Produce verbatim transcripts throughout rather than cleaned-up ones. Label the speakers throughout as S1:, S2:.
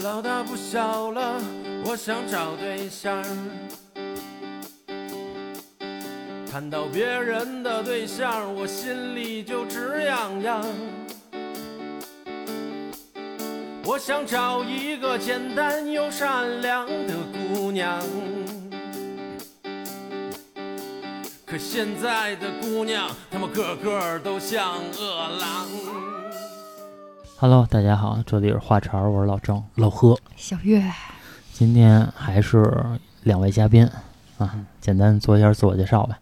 S1: 老大不小了，我想找对象。看到别人的对象，我心里就直痒痒。我想找一个简单又善良的姑娘，可现在的姑娘，她们个个都像饿狼。
S2: Hello， 大家好，这里是话茬，我是老郑、
S3: 老何、
S4: 小月。
S2: 今天还是两位嘉宾啊，简单做一下自我介绍吧。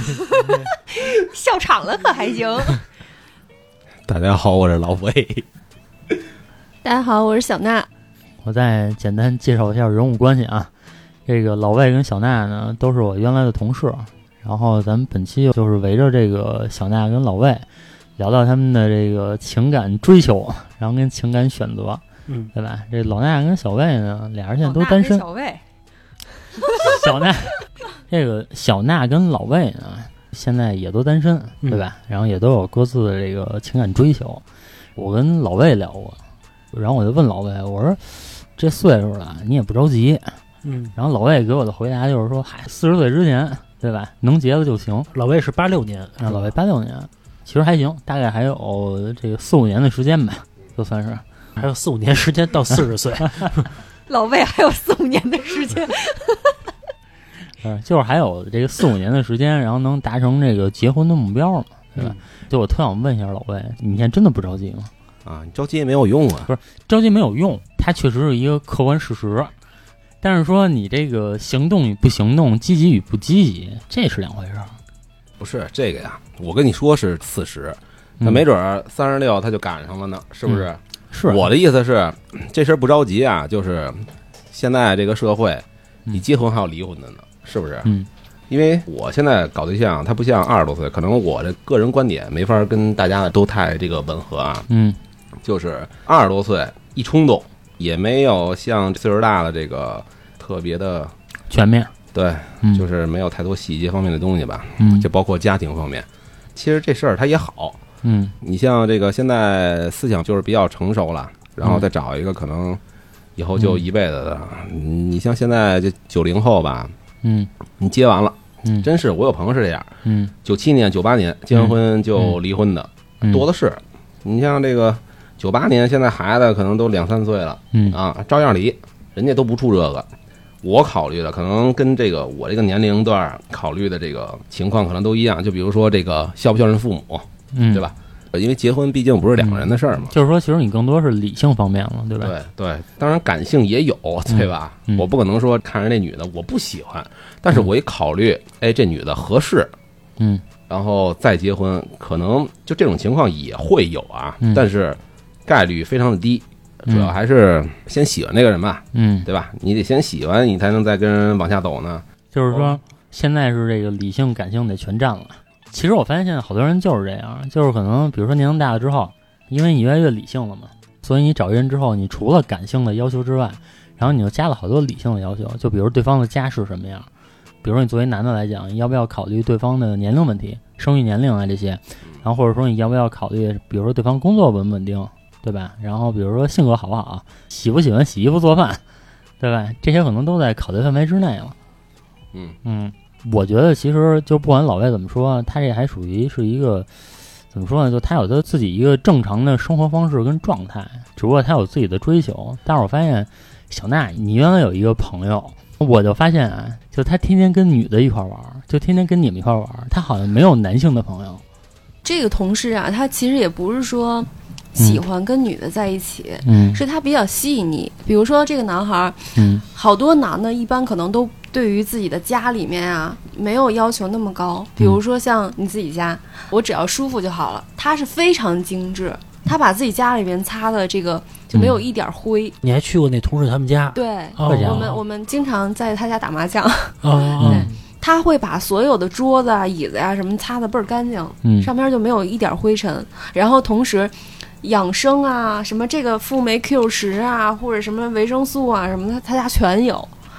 S4: 笑场了可还行？
S3: 大家好，我是老魏。
S4: 大家好，我是小娜。
S2: 我再简单介绍一下人物关系啊。这个老魏跟小娜呢，都是我原来的同事。然后咱们本期就是围着这个小娜跟老魏聊聊他们的这个情感追求，然后跟情感选择，嗯，对吧？这老娜跟小魏呢，俩人现在都单身。
S4: 小魏，
S2: 小娜，这个小娜跟老魏呢，现在也都单身，对吧？嗯、然后也都有各自的这个情感追求。我跟老魏聊过，然后我就问老魏，我说这岁数了，你也不着急，嗯。然后老魏给我的回答就是说，嗨，四十岁之前，对吧？能结了就行。
S3: 老魏是八六年，
S2: 啊，老魏八六年。其实还行，大概还有这个四五年的时间吧，就算是
S3: 还有四五年时间到四十岁。
S4: 老魏还有四五年的时间，
S2: 嗯，就是还有这个四五年的时间，然后能达成这个结婚的目标嘛，对吧？嗯、就我特想问一下老魏，你现在真的不着急吗？
S3: 啊，你着急也没有用啊。
S2: 不是着急没有用，它确实是一个客观事实，但是说你这个行动与不行动，积极与不积极，这是两回事儿。
S3: 不是这个呀，我跟你说是四十，那没准三十六他就赶上了呢，是不是？
S2: 嗯、是。
S3: 我的意思是，这事儿不着急啊，就是现在这个社会，你结婚还有离婚的呢，是不是？嗯。因为我现在搞对象，他不像二十多岁，可能我这个人观点没法跟大家都太这个吻合啊。嗯。就是二十多岁一冲动，也没有像岁数大了这个特别的
S2: 全面。
S3: 对，
S2: 嗯、
S3: 就是没有太多细节方面的东西吧，
S2: 嗯，
S3: 就包括家庭方面。其实这事儿它也好，
S2: 嗯，
S3: 你像这个现在思想就是比较成熟了，然后再找一个可能以后就一辈子的。嗯、你像现在这九零后吧，
S2: 嗯，
S3: 你结完了，
S2: 嗯，
S3: 真是我有朋友是这样，
S2: 嗯，
S3: 九七年、九八年结完婚就离婚的、
S2: 嗯、
S3: 多的是。你像这个九八年，现在孩子可能都两三岁了，
S2: 嗯
S3: 啊，照样离，人家都不出这个。我考虑的可能跟这个我这个年龄段考虑的这个情况可能都一样，就比如说这个孝不孝顺父母，嗯，对吧？因为结婚毕竟不是两个人的事儿嘛、嗯。
S2: 就是说，其实你更多是理性方面了，对吧？
S3: 对对，当然感性也有，对吧？
S2: 嗯嗯、
S3: 我不可能说看着那女的我不喜欢，但是我一考虑，哎，这女的合适，
S2: 嗯，
S3: 然后再结婚，可能就这种情况也会有啊，
S2: 嗯、
S3: 但是概率非常的低。主要还是先喜欢这个人吧，
S2: 嗯，
S3: 对吧？你得先喜欢，你才能再跟人往下走呢。
S2: 就是说，现在是这个理性、感性得全占了。其实我发现现在好多人就是这样，就是可能比如说年龄大了之后，因为你越来越理性了嘛，所以你找一人之后，你除了感性的要求之外，然后你又加了好多理性的要求，就比如对方的家世什么样，比如说你作为男的来讲，要不要考虑对方的年龄问题、生育年龄啊这些，然后或者说你要不要考虑，比如说对方工作稳不稳定。对吧？然后比如说性格好不好，喜不喜欢洗衣服做饭，对吧？这些可能都在考虑范围之内了。
S3: 嗯
S2: 嗯，我觉得其实就不管老魏怎么说，他这还属于是一个怎么说呢？就他有他自己一个正常的生活方式跟状态，只不过他有自己的追求。但是我发现小娜，你原来有一个朋友，我就发现啊，就他天天跟女的一块玩，就天天跟你们一块玩，他好像没有男性的朋友。
S4: 这个同事啊，他其实也不是说喜欢跟女的在一起，
S2: 嗯，
S4: 是他比较细腻。比如说这个男孩，
S2: 嗯，
S4: 好多男的一般可能都对于自己的家里面啊没有要求那么高。比如说像你自己家，嗯、我只要舒服就好了。他是非常精致，他把自己家里面擦的这个就没有一点灰。
S3: 嗯、你还去过那同事他们家？
S4: 对，
S2: 哦、
S4: 我们我们经常在他家打麻将。
S2: 哦，
S4: 对。他会把所有的桌子啊、椅子呀、啊、什么擦得倍儿干净，
S2: 嗯，
S4: 上面就没有一点灰尘。然后同时，养生啊，什么这个辅酶 Q 十啊，或者什么维生素啊什么的，他家全有。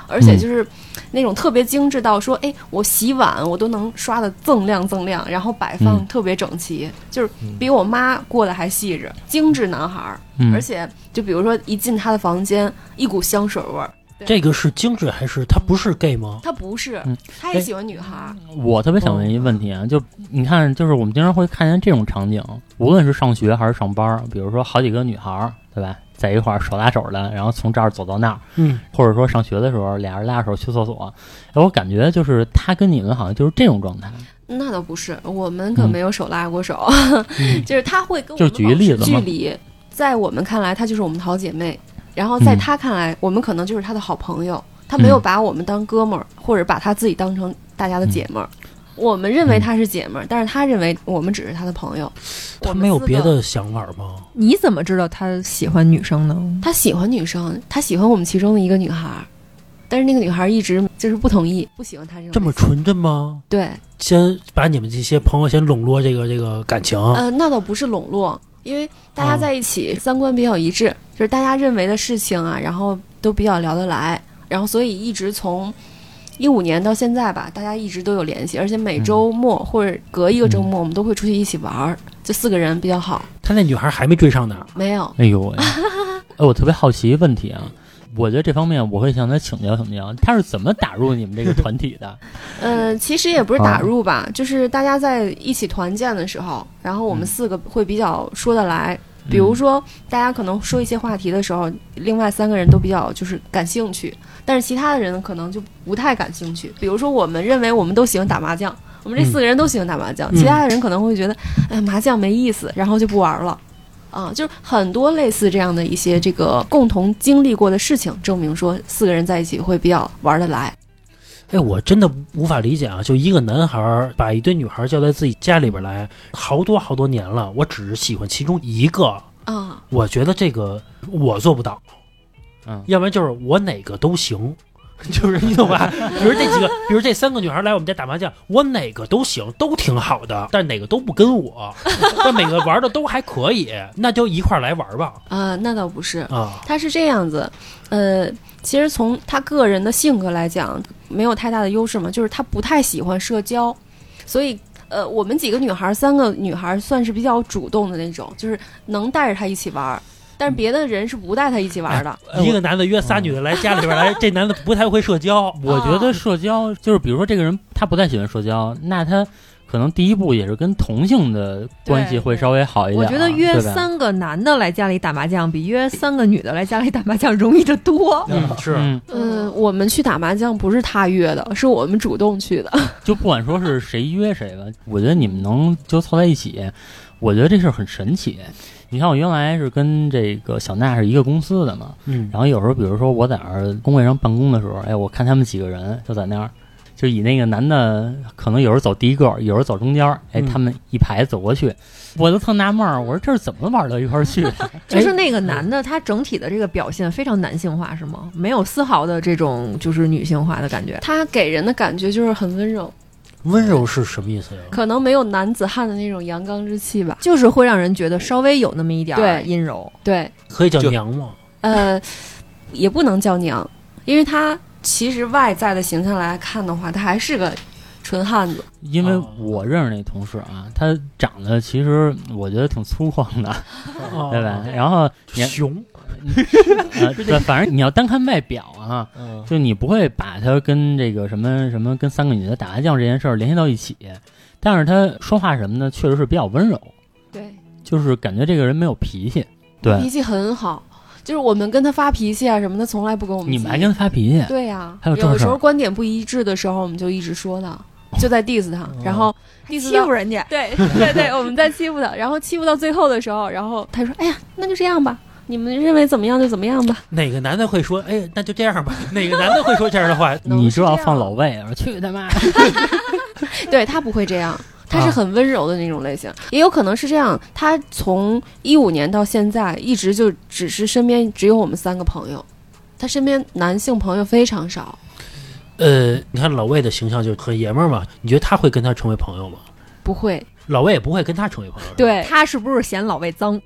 S4: 而且就是那种特别精致到说，哎，我洗碗我都能刷的锃亮锃亮，然后摆放特别整齐，嗯、就是比我妈过得还细致，精致男孩儿。嗯、而且就比如说一进他的房间，一股香水味儿。
S5: 这个是精致还是他不是 gay 吗？
S4: 他不是，嗯、他也喜欢女孩。
S2: 我特别想问一个问题啊，就你看，就是我们经常会看见这种场景，无论是上学还是上班，比如说好几个女孩，对吧，在一块儿手拉手的，然后从这儿走到那儿，嗯，或者说上学的时候俩人拉手去厕所，哎，我感觉就是他跟你们好像就是这种状态。
S4: 那倒不是，我们可没有手拉过手，嗯、就是他会跟我
S2: 们保持
S4: 距离，在我们看来，他就是我们的好姐妹。然后在他看来、嗯、我们可能就是他的好朋友，他没有把我们当哥们儿、嗯、或者把他自己当成大家的姐们儿、嗯、我们认为他是姐们儿、嗯、但是他认为我们只是他的朋友。
S5: 他没有别的想法吗？
S6: 你怎么知道他喜欢女生呢？
S4: 他喜欢女生，他喜欢我们其中的一个女孩，但是那个女孩一直就是不同意，不喜欢他这种。
S5: 这么纯真吗？
S4: 对，
S5: 先把你们这些朋友先笼络这个这个感情。
S4: 呃，那倒不是笼络，因为大家在一起、哦、三观比较一致，就是大家认为的事情啊，然后都比较聊得来，然后所以一直从一五年到现在吧，大家一直都有联系，而且每周末或者隔一个周末、嗯、我们都会出去一起玩，就四个人比较好。
S5: 他那女孩还没追上呢？
S4: 没有。
S2: 哎呦喂！哎，我特别好奇一个问题啊，我觉得这方面我会向他请教请教，他是怎么打入你们这个团体的？
S4: 呃，其实也不是打入吧，啊、就是大家在一起团建的时候，然后我们四个会比较说得来。嗯、比如说，大家可能说一些话题的时候，另外三个人都比较就是感兴趣，但是其他的人可能就不太感兴趣。比如说，我们认为我们都喜欢打麻将，我们这四个人都喜欢打麻将，嗯、其他的人可能会觉得，哎，麻将没意思，然后就不玩了。啊，就是很多类似这样的一些这个共同经历过的事情，证明说四个人在一起会比较玩得来。
S5: 哎，我真的无法理解啊！就一个男孩把一堆女孩叫在自己家里边来，好多好多年了，我只是喜欢其中一个啊。我觉得这个我做不到，嗯，要不然就是我哪个都行。就是你懂吧？比如这几个，比如这三个女孩来我们家打麻将，我哪个都行，都挺好的，但哪个都不跟我，但每个玩的都还可以，那就一块来玩吧。
S4: 啊、呃，那倒不是啊，他是这样子，呃，其实从他个人的性格来讲，没有太大的优势嘛，就是他不太喜欢社交，所以呃，我们几个女孩，三个女孩算是比较主动的那种，就是能带着他一起玩。但是别的人是不带他一起玩的、
S5: 哎、一个男的约仨女的来家里边来、嗯、这男的不太会社交。
S2: 我觉得社交就是比如说这个人他不太喜欢社交，那他可能第一步也是跟同性的关系会稍微好一点、啊、
S6: 我觉得约三个男的来家里打麻将比约三个女的来家里打麻将容易得多。
S5: 嗯，是
S4: 嗯、呃，我们去打麻将不是他约的，是我们主动去的。
S2: 就不管说是谁约谁吧，我觉得你们能就凑在一起，我觉得这事儿很神奇。你看我原来是跟这个小娜是一个公司的嘛，嗯，然后有时候比如说我在那儿工位上办公的时候，哎，我看他们几个人就在那儿，就以那个男的可能有时候走第一个，有时候走中间，哎，他们一排走过去，嗯、我都特纳闷儿，我说这是怎么玩到一块儿去的？
S6: 就是那个男的他整体的这个表现非常男性化是吗？没有丝毫的这种就是女性化的感觉，
S4: 他给人的感觉就是很温柔。
S5: 温柔是什么意思呀？
S4: 可能没有男子汉的那种阳刚之气吧，
S6: 就是会让人觉得稍微有那么一点阴柔。
S4: 对，
S5: 可以叫娘吗？
S4: 呃，也不能叫娘，因为他其实外在的形象来看的话，他还是个纯汉子。
S2: 因为我认识那同事啊，他长得其实我觉得挺粗犷的，哦、对吧？然后
S5: 熊。
S2: 呃，对，反正你要单看外表啊，嗯、就你不会把他跟这个什么什么跟三个女的打麻将这件事儿联系到一起，但是他说话什么的确实是比较温柔，
S4: 对，
S2: 就是感觉这个人没有脾气，对，
S4: 脾气很好，就是我们跟他发脾气啊什么的，从来不跟我们。
S2: 你们还跟他发脾气？
S4: 对呀、啊，
S2: 还有
S4: 有的时候观点不一致的时候，我们就一直说他，就在 diss 他，然后 diss
S6: 欺负人家，
S4: 对对对，我们在欺负他，然后欺负到最后的时候，然后他说：“哎呀，那就这样吧。”你们认为怎么样就怎么样吧。
S5: 哪个男的会说哎那就这样吧？哪个男的会说这样的话？
S2: 你知道放老魏我去他妈
S4: 对，他不会这样，他是很温柔的那种类型、啊、也有可能是这样，他从一五年到现在一直就只是身边只有我们三个朋友，他身边男性朋友非常少。
S5: 呃你看老魏的形象就很爷们儿嘛，你觉得他会跟他成为朋友吗？
S4: 不会，
S5: 老魏也不会跟他成为朋友。
S4: 对，
S6: 他是不是嫌老魏脏？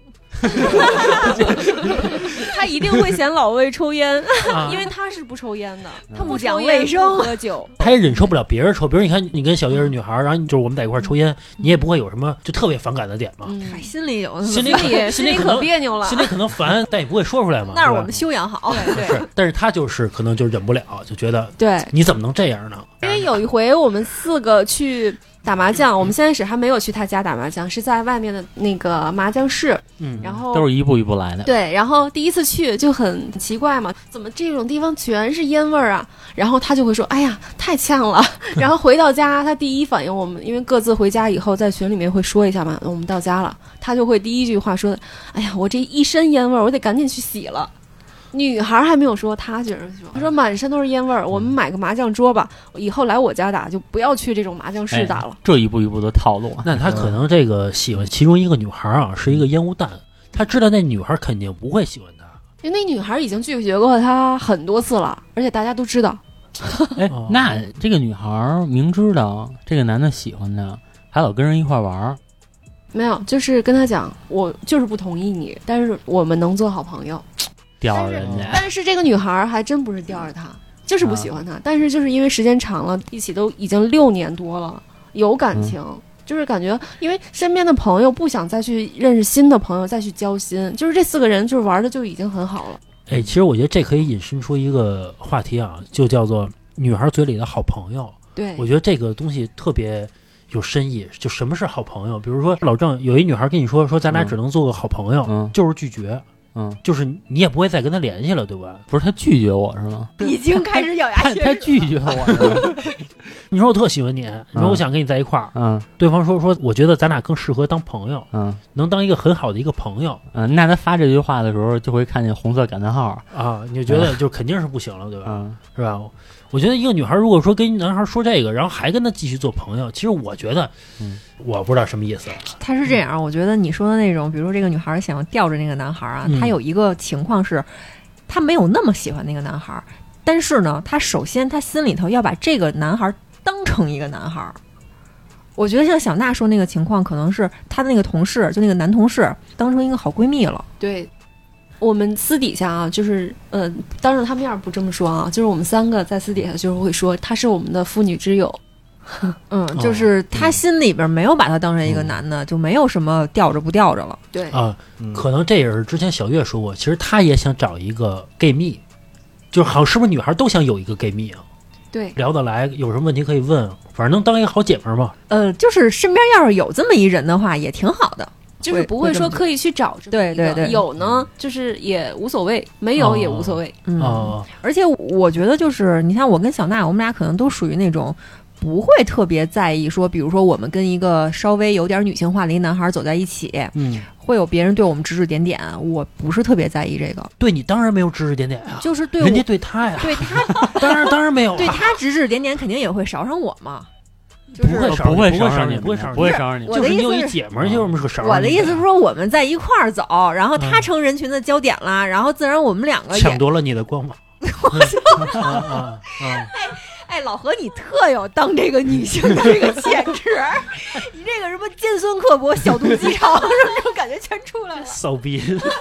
S4: 他一定会嫌老魏抽烟，
S5: 啊、
S4: 因为他是不抽烟的，他
S6: 不
S4: 讲
S6: 卫生，
S4: 不喝酒，
S5: 他也忍受不了别人抽。比如你看，你跟小叶是女孩，然后就是我们在一块抽烟，你也不会有什么就特别反感的点嘛。
S6: 嗯、心里有，
S5: 心里
S4: 心里可别扭了，
S5: 心里可能烦，但也不会说出来嘛。
S6: 那是我们修养好，
S4: 对对。
S5: 是，但是他就是可能就忍不了，就觉得
S4: 对
S5: 你怎么能这样呢？
S4: 因为有一回我们四个去打麻将，我们现在是还没有去他家打麻将，是在外面的那个麻将室，
S5: 嗯，
S4: 然后
S2: 都是一步一步来的。
S4: 对，然后第一次去就很奇怪嘛，怎么这种地方全是烟味儿啊？然后他就会说：“哎呀，太呛了。”然后回到家，他第一反应，我们因为各自回家以后，在群里面会说一下嘛，我们到家了，他就会第一句话说：“哎呀，我这一身烟味儿，我得赶紧去洗了。”女孩还没有说，她觉得说，她说满身都是烟味儿，我们买个麻将桌吧，以后来我家打就不要去这种麻将室打了。
S2: 哎、这一步一步的套路，
S5: 那他可能这个喜欢其中一个女孩啊，是一个烟雾弹，他知道那女孩肯定不会喜欢他，
S4: 因为那女孩已经拒绝过他很多次了，而且大家都知道。
S2: 哎，那这个女孩明知道这个男的喜欢她，还老跟人一块玩，
S4: 没有，就是跟他讲，我就是不同意你，但是我们能做好朋友。
S2: 吊着人家，
S4: 但是这个女孩还真不是吊着他，就是不喜欢他、啊、但是就是因为时间长了，一起都已经六年多了，有感情、嗯、就是感觉因为身边的朋友不想再去认识新的朋友，再去交心，就是这四个人就是玩的就已经很好了。
S5: 哎，其实我觉得这可以引申出一个话题啊，就叫做女孩嘴里的好朋友。
S4: 对，
S5: 我觉得这个东西特别有深意，就什么是好朋友。比如说老郑有一女孩跟你说说咱俩只能做个好朋友、嗯、就是拒绝，嗯，就是你也不会再跟他联系了，对吧？
S2: 不是他拒绝我是吗？
S6: 已经开始咬牙切齿。
S2: 他拒绝我是
S5: 你说我特喜欢你，你说我想跟你在一块儿，嗯，对方说说我觉得咱俩更适合当朋友，嗯，能当一个很好的一个朋友，
S2: 嗯，那他发这句话的时候就会看见红色感叹号
S5: 啊，你就觉得就肯定是不行了，对吧？嗯，是吧？我觉得一个女孩如果说跟男孩说这个，然后还跟他继续做朋友，其实我觉得，嗯，我不知道什么意思。
S6: 他是这样，我觉得你说的那种，比如说这个女孩想要吊着那个男孩啊，他、嗯、有一个情况是，他没有那么喜欢那个男孩，但是呢，他首先他心里头要把这个男孩当成一个男孩。我觉得像小娜说那个情况，可能是她的那个同事，就那个男同事，当成一个好闺蜜了。
S4: 对。我们私底下啊，就是呃，当着他面不这么说啊，就是我们三个在私底下就是会说他是我们的妇女之友，
S6: 嗯，就是他心里边没有把他当成一个男的，嗯、就没有什么吊着不吊着了。
S4: 对
S5: 啊、嗯，可能这也是之前小月说过，其实他也想找一个 gay 蜜，就是好像是不是女孩都想有一个 gay 蜜啊？
S4: 对，
S5: 聊得来，有什么问题可以问，反正能当一个好姐妹嘛。
S6: 呃，就是身边要是有这么一人的话，也挺好的。
S4: 就是不会说刻意去找这么一个，
S6: 对对对，
S4: 有呢，就是也无所谓，没有也无所谓。
S6: 嗯、
S5: 哦，
S6: 而且我觉得就是你看，我跟小娜，我们俩可能都属于那种不会特别在意说，比如说我们跟一个稍微有点女性化的一男孩走在一起，嗯，会有别人对我们指指点点，我不是特别在意这个。
S5: 对你当然没有指指点点啊，
S6: 就是对我
S5: 人家对他呀，
S6: 对他
S5: 当然当然没有、啊，
S6: 对他指指点点肯定也会少上我嘛。就是
S5: 不会
S2: 不会
S5: 少
S2: 上
S5: 你，不会少
S2: 不会少你，
S5: 就是你有一姐们儿，就是个少。
S6: 我的意思是说，我们在一块儿走，然后他成人群的焦点了，嗯、然后自然我们两个也
S5: 抢夺了你的光芒。
S6: 哎哎，老何，你特有当这个女性的这个潜质，你这个什么尖酸刻薄、小肚鸡肠，这种感觉全出来了。
S5: 骚逼，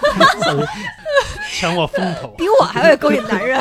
S5: 抢我风头，
S6: 比我还会勾引男人。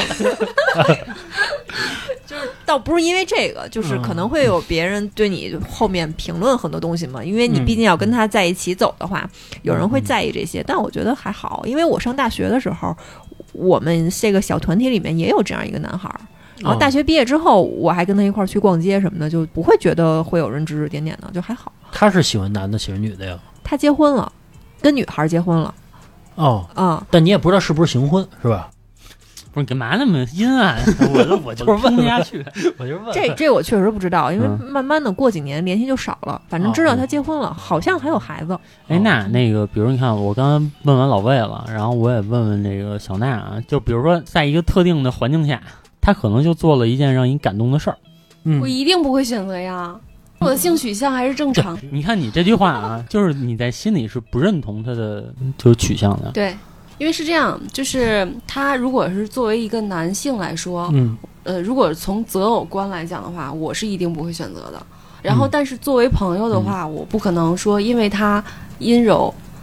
S6: 就是倒不是因为这个，就是可能会有别人对你后面评论很多东西嘛，因为你毕竟要跟他在一起走的话，嗯、有人会在意这些。但我觉得还好，因为我上大学的时候，我们这个小团体里面也有这样一个男孩。然后大学毕业之后，我还跟他一块儿去逛街什么的，就不会觉得会有人指指点点的，就还好。
S5: 他是喜欢男的，喜欢女的呀？
S6: 他结婚了，跟女孩结婚了。
S5: 哦，
S6: 啊、嗯，
S5: 但你也不知道是不是行婚，是吧？
S2: 不是，干嘛那么阴暗？我我就是问不下去，我就问。
S6: 这这我确实不知道，因为慢慢的过几年联系就少了。反正知道他结婚了，哦、好像还有孩子。
S2: 哎，那那个，比如你看，我刚刚问完老魏了，然后我也问问这个小娜啊，就比如说在一个特定的环境下。他可能就做了一件让你感动的事儿，
S4: 嗯，我一定不会选择呀。我的性取向还是正常。
S2: 你看你这句话啊，就是你在心里是不认同他的就是取向的。
S4: 对，因为是这样，就是他如果是作为一个男性来说，嗯，呃，如果从择偶观来讲的话，我是一定不会选择的。然后，但是作为朋友的话，嗯、我不可能说因为他阴柔。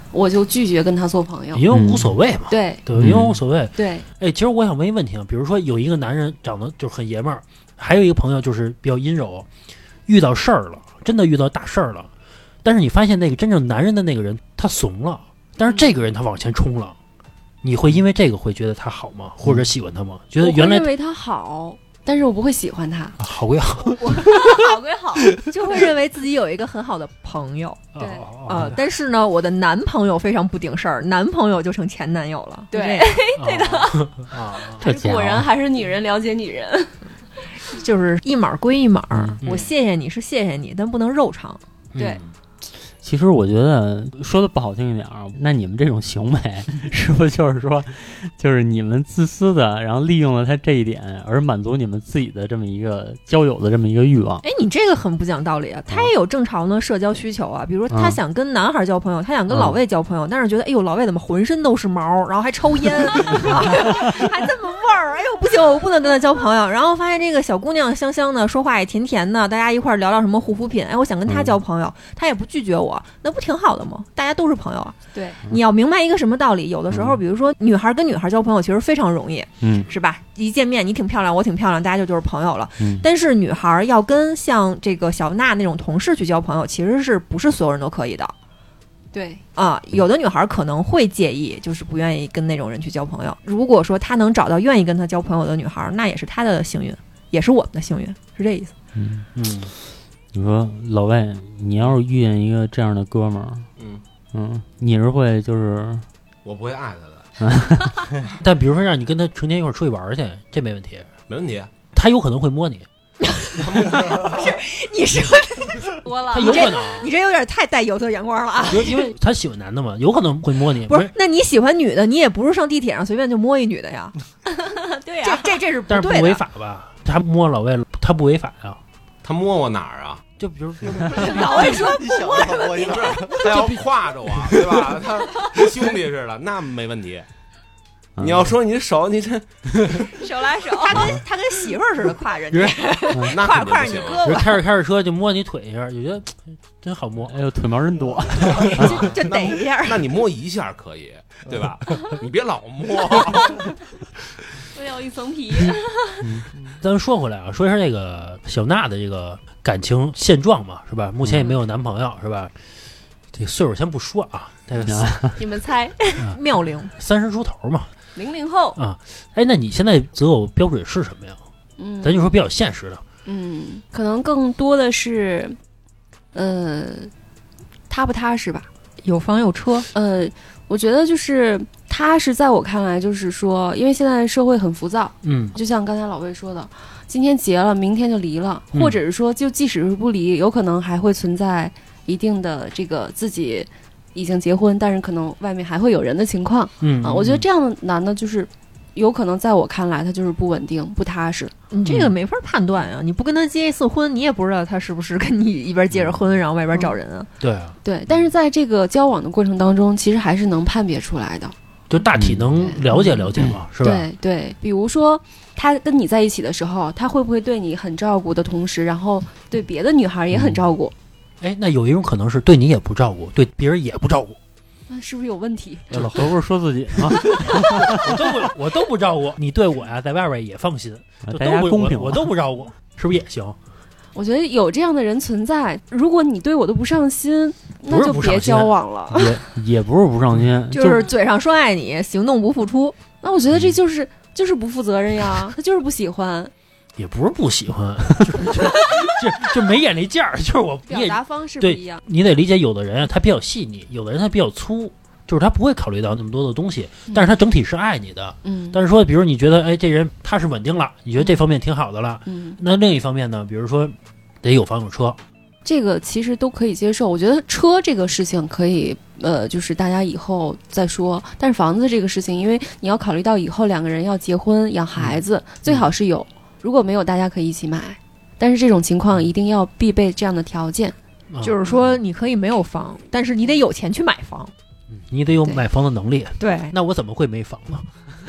S4: 我就拒绝跟他做朋友，
S5: 因为无所谓嘛。
S4: 对
S5: 对，因为无所谓。
S4: 对，
S5: 哎，其实我想问一个问题啊，比如说有一个男人长得就是很爷们儿，还有一个朋友就是比较阴柔，遇到事儿了，真的遇到大事儿了，但是你发现那个真正男人的那个人他怂了，但是这个人他往前冲了，你会因为这个会觉得他好吗？或者喜欢他吗？觉得原来
S4: 我会认为他好。但是我不会喜欢他，
S5: 啊、好归好，
S6: 好归好，就会认为自己有一个很好的朋友。
S4: 对，
S6: 呃，但是呢，我的男朋友非常不顶事儿，男朋友就成前男友了。
S4: 对，
S6: 对的，
S5: 啊，
S2: 这
S4: 果然还是女人了解女人，
S6: 就是一码归一码。
S2: 嗯、
S6: 我谢谢你是谢谢你，但不能肉偿。
S4: 嗯、对。
S2: 其实我觉得说的不好听一点啊，那你们这种行为是不是就是说，就是你们自私的，然后利用了他这一点，而满足你们自己的这么一个交友的这么一个欲望？
S6: 哎，你这个很不讲道理啊！他也有正常的社交需求啊，比如说他想跟男孩交朋友，嗯、他想跟老魏交朋友，嗯、但是觉得哎呦老魏怎么浑身都是毛，然后还抽烟，还这么味儿，哎呦不行，我不能跟他交朋友。然后发现这个小姑娘香香的，说话也甜甜的，大家一块聊聊什么护肤品，哎，我想跟他交朋友，嗯、他也不拒绝我。那不挺好的吗？大家都是朋友啊。
S4: 对，
S6: 你要明白一个什么道理？有的时候，比如说女孩跟女孩交朋友，其实非常容易，
S2: 嗯，
S6: 是吧？一见面你挺漂亮，我挺漂亮，大家就就是朋友了。
S2: 嗯，
S6: 但是女孩要跟像这个小娜那种同事去交朋友，其实是不是所有人都可以的？
S4: 对
S6: 啊，有的女孩可能会介意，就是不愿意跟那种人去交朋友。如果说她能找到愿意跟她交朋友的女孩，那也是她的幸运，也是我们的幸运，是这意思。
S2: 嗯嗯。你说老魏，你要是遇见一个这样的哥们儿，
S3: 嗯
S2: 嗯，你是会就是
S3: 我不会爱他的，
S5: 但比如说让你跟他成天一块儿出去玩去，这没问题，
S3: 没问题。
S5: 他有可能会摸你，
S6: 不是你说多了，
S5: 他有可能，
S6: 你这有点太带有色眼光了啊！
S5: 因为他喜欢男的嘛，有可能会摸你。
S6: 不是，那你喜欢女的，你也不是上地铁上随便就摸一女的呀？对呀、啊，这这这是不对的，
S5: 但是不违法吧？他摸老魏，他不违法呀。
S3: 他摸我哪儿啊？
S5: 就比如说，
S6: 老魏说不摸什么，
S3: 不是他要挎着我，对吧？他跟兄弟似的，那没问题。
S2: 嗯、
S3: 你要说你手，你这
S6: 手拉手，他跟他跟媳妇儿似的挎着你，
S3: 那
S6: 挎挎着你胳膊，
S5: 开着开着车就摸你腿一下，就觉得真好摸。
S2: 哎呦，腿毛真多，
S6: 就就逮一下。
S3: 那你摸一下可以，对吧？你别老摸。
S4: 我有一层皮。
S5: 嗯，咱们说回来啊，说一下这个小娜的这个感情现状嘛，是吧？目前也没有男朋友，是吧？这岁数先不说啊，这个
S4: 你们猜，
S6: 妙龄
S5: 三十出头嘛，
S4: 零零后
S5: 啊。哎，那你现在择偶标准是什么呀？
S4: 嗯，
S5: 咱就说比较现实的。
S4: 嗯，可能更多的是，呃，踏不踏实吧？
S6: 有房有车，
S4: 呃。我觉得就是踏实，在我看来就是说，因为现在社会很浮躁，
S5: 嗯，
S4: 就像刚才老魏说的，今天结了，明天就离了，嗯、或者是说，就即使是不离，有可能还会存在一定的这个自己已经结婚，但是可能外面还会有人的情况，
S5: 嗯
S4: 啊，我觉得这样的男的，就是有可能在我看来，他就是不稳定、不踏实。
S6: 你这个没法判断啊！你不跟他结一次婚，你也不知道他是不是跟你一边结着婚，然后外边找人啊。
S5: 对啊，
S4: 对。但是在这个交往的过程当中，其实还是能判别出来的，
S5: 就大体能了解了解嘛，是吧？
S4: 对对，比如说他跟你在一起的时候，他会不会对你很照顾的同时，然后对别的女孩也很照顾？
S5: 哎、嗯，那有一种可能是对你也不照顾，对别人也不照顾。
S4: 那是不是有问题？
S2: 老何不是说自己啊？
S5: 我都不我都不照顾你，对我呀，在外边也放心，
S2: 大家公平
S5: 我，我都不照顾，是不是也行？
S4: 我觉得有这样的人存在，如果你对我都不上心，那就别交往了。
S2: 也也不是不上心，
S6: 就是嘴上说爱你，行动不付出。
S4: 那我觉得这就是、嗯、就是不负责任呀，他就是不喜欢。
S5: 也不是不喜欢，就就就没眼力劲儿，就是我
S4: 表达方式不一样。
S5: 你得理解，有的人啊，他比较细腻，有的人他比较粗，就是他不会考虑到那么多的东西，但是他整体是爱你的。
S4: 嗯。
S5: 但是说，比如你觉得，哎，这人他是稳定了，你觉得这方面挺好的了。
S4: 嗯。
S5: 那另一方面呢，比如说得有房有车，
S4: 这个其实都可以接受。我觉得车这个事情可以，呃，就是大家以后再说。但是房子这个事情，因为你要考虑到以后两个人要结婚养孩子，嗯、最好是有。如果没有，大家可以一起买，但是这种情况一定要必备这样的条件，
S6: 嗯、就是说你可以没有房，但是你得有钱去买房，
S5: 嗯、你得有买房的能力。
S6: 对，
S5: 那我怎么会没房呢？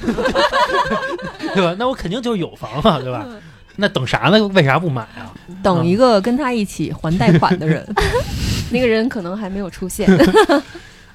S5: 对吧？那我肯定就有房了，对吧？那等啥呢？为啥不买啊？
S6: 等一个跟他一起还贷款的人，
S4: 那个人可能还没有出现。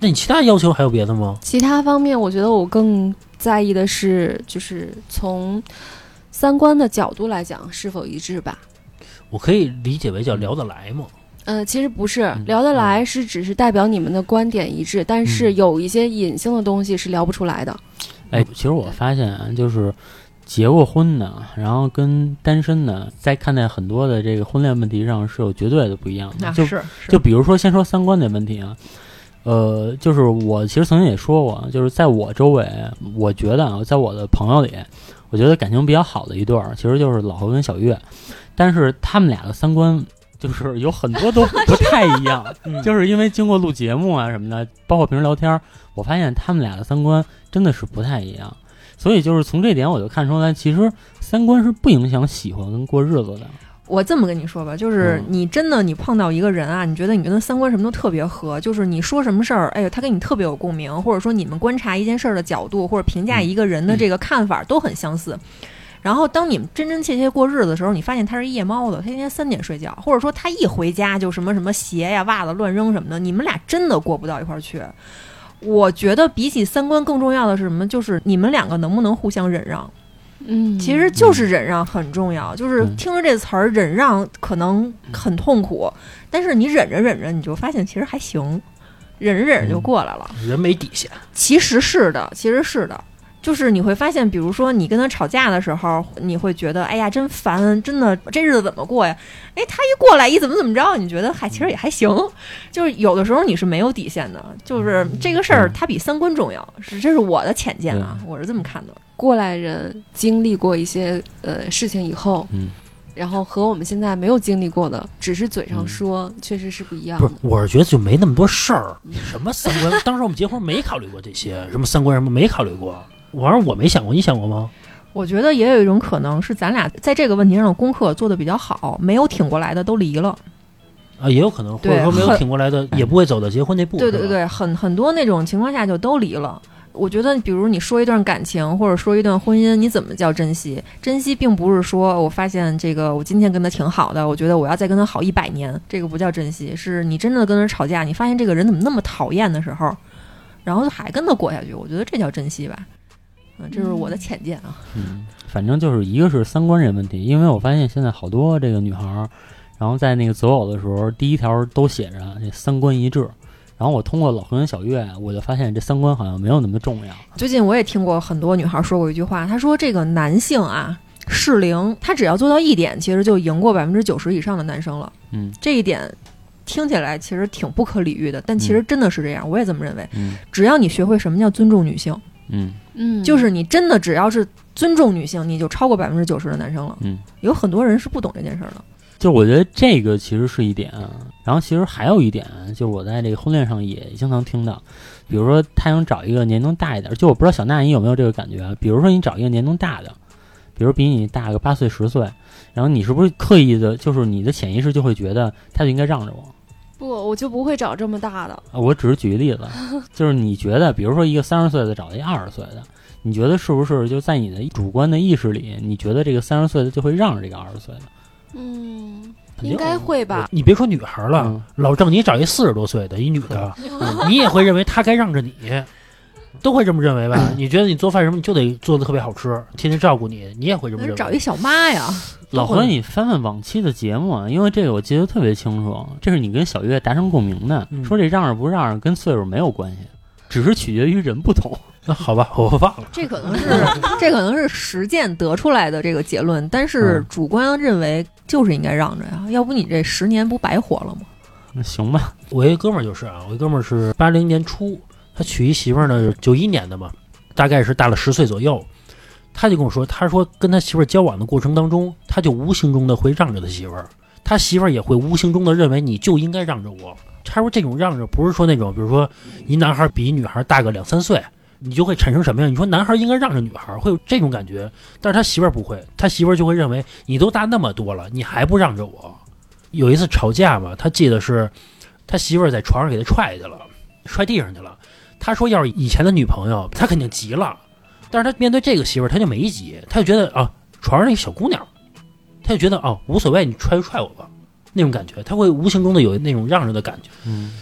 S5: 那你其他要求还有别的吗？
S4: 其他方面，我觉得我更在意的是，就是从三观的角度来讲是否一致吧。
S5: 我可以理解为叫聊得来吗？
S4: 呃，其实不是，聊得来是只是代表你们的观点一致，但是有一些隐性的东西是聊不出来的。
S2: 哎，其实我发现啊，就是结过婚的，然后跟单身的，在看待很多的这个婚恋问题上是有绝对的不一样的。就是就比如说，先说三观的问题啊，呃，就是我其实曾经也说过，就是在我周围，我觉得啊，在我的朋友里，我觉得感情比较好的一对儿，其实就是老何跟小月，但是他们俩的三观就是有很多都不太一样，嗯、就是因为经过录节目啊什么的，包括平时聊天，我发现他们俩的三观真的是不太一样。所以就是从这点我就看出来，其实三观是不影响喜欢跟过日子的。
S6: 我这么跟你说吧，就是你真的你碰到一个人啊，你觉得你跟他三观什么都特别合，就是你说什么事儿，哎呦，他跟你特别有共鸣，或者说你们观察一件事儿的角度，或者评价一个人的这个看法都很相似。然后当你们真真切切过日子的时候，你发现他是夜猫子，他天天三点睡觉，或者说他一回家就什么什么鞋呀、袜子乱扔什么的，你们俩真的过不到一块儿去。我觉得比起三观更重要的是什么？就是你们两个能不能互相忍让。嗯，其实就是忍让很重要。就是听着这词儿，忍让可能很痛苦，但是你忍着忍着，你就发现其实还行，忍着忍着就过来了。
S5: 人没底线，
S6: 其实是的，其实是的。就是你会发现，比如说你跟他吵架的时候，你会觉得哎呀真烦，真的这日子怎么过呀？哎，他一过来一怎么怎么着，你觉得还其实也还行。就是有的时候你是没有底线的，就是这个事儿它比三观重要，是这是我的浅见啊，我是这么看的。
S4: 过来人经历过一些呃事情以后，嗯，然后和我们现在没有经历过的，只是嘴上说，嗯、确实是不一样的。
S5: 不是，我是觉得就没那么多事儿，什么三观，当时我们结婚没考虑过这些，什么三观什么没考虑过。我说我没想过，你想过吗？
S6: 我觉得也有一种可能是咱俩在这个问题上的功课做得比较好，没有挺过来的都离了。
S5: 啊，也有可能，或者说没有挺过来的也不会走到结婚那步。
S6: 对对对，很很多那种情况下就都离了。我觉得，比如你说一段感情，或者说一段婚姻，你怎么叫珍惜？珍惜并不是说我发现这个我今天跟他挺好的，我觉得我要再跟他好一百年，这个不叫珍惜。是你真的跟他吵架，你发现这个人怎么那么讨厌的时候，然后还跟他过下去，我觉得这叫珍惜吧。嗯，这是我的浅见啊。
S2: 嗯，反正就是一个是三观这问题，因为我发现现在好多这个女孩，然后在那个择偶的时候，第一条都写着这三观一致。然后我通过老何跟小月，我就发现这三观好像没有那么重要。
S6: 最近我也听过很多女孩说过一句话，她说这个男性啊适龄，他只要做到一点，其实就赢过百分之九十以上的男生了。嗯，这一点听起来其实挺不可理喻的，但其实真的是这样，嗯、我也这么认为。嗯，只要你学会什么叫尊重女性。
S2: 嗯
S6: 嗯，就是你真的只要是尊重女性，你就超过百分之九十的男生了。嗯，有很多人是不懂这件事的。
S2: 就我觉得这个其实是一点，然后其实还有一点，就是我在这个婚恋上也经常听到，比如说他想找一个年龄大一点，就我不知道小娜你有没有这个感觉，比如说你找一个年龄大的，比如比你大个八岁十岁，然后你是不是刻意的，就是你的潜意识就会觉得他就应该让着我？
S4: 不，我就不会找这么大的。
S2: 我只是举个例子，就是你觉得，比如说一个三十岁的找一个二十岁的，你觉得是不是就在你的主观的意识里，你觉得这个三十岁的就会让着这个二十岁的？
S4: 嗯，应该会吧。
S5: 你别说女孩了，嗯、老郑，你找一四十多岁的一女的，嗯、你也会认为她该让着你，都会这么认为吧？你觉得你做饭什么你就得做的特别好吃，天天照顾你，你也会这么认为。
S6: 找一小妈呀。
S2: 老何，你翻翻往期的节目啊，因为这个我记得特别清楚，这是你跟小月达成共鸣的，嗯、说这让着不让着跟岁数没有关系，只是取决于人不同。
S5: 那好吧，我忘了。
S6: 这可能是这可能是实践得出来的这个结论，但是主观认为就是应该让着呀，嗯、要不你这十年不白活了吗？
S2: 那行吧。
S5: 我一哥们儿就是啊，我一哥们儿是八零年初，他娶一媳妇儿呢，九一年的嘛，大概是大了十岁左右。他就跟我说，他说跟他媳妇儿交往的过程当中，他就无形中的会让着他媳妇儿，他媳妇儿也会无形中的认为你就应该让着我。他说这种让着不是说那种，比如说一男孩比一女孩大个两三岁。你就会产生什么样？你说男孩应该让着女孩，会有这种感觉，但是他媳妇儿不会，他媳妇儿就会认为你都大那么多了，你还不让着我。有一次吵架嘛，他记得是他媳妇儿在床上给他踹去了，踹地上去了。他说要是以前的女朋友，他肯定急了，但是他面对这个媳妇儿，他就没急，他就觉得啊，床上那小姑娘，他就觉得啊无所谓，你踹就踹我吧，那种感觉，他会无形中的有那种让着的感觉。嗯。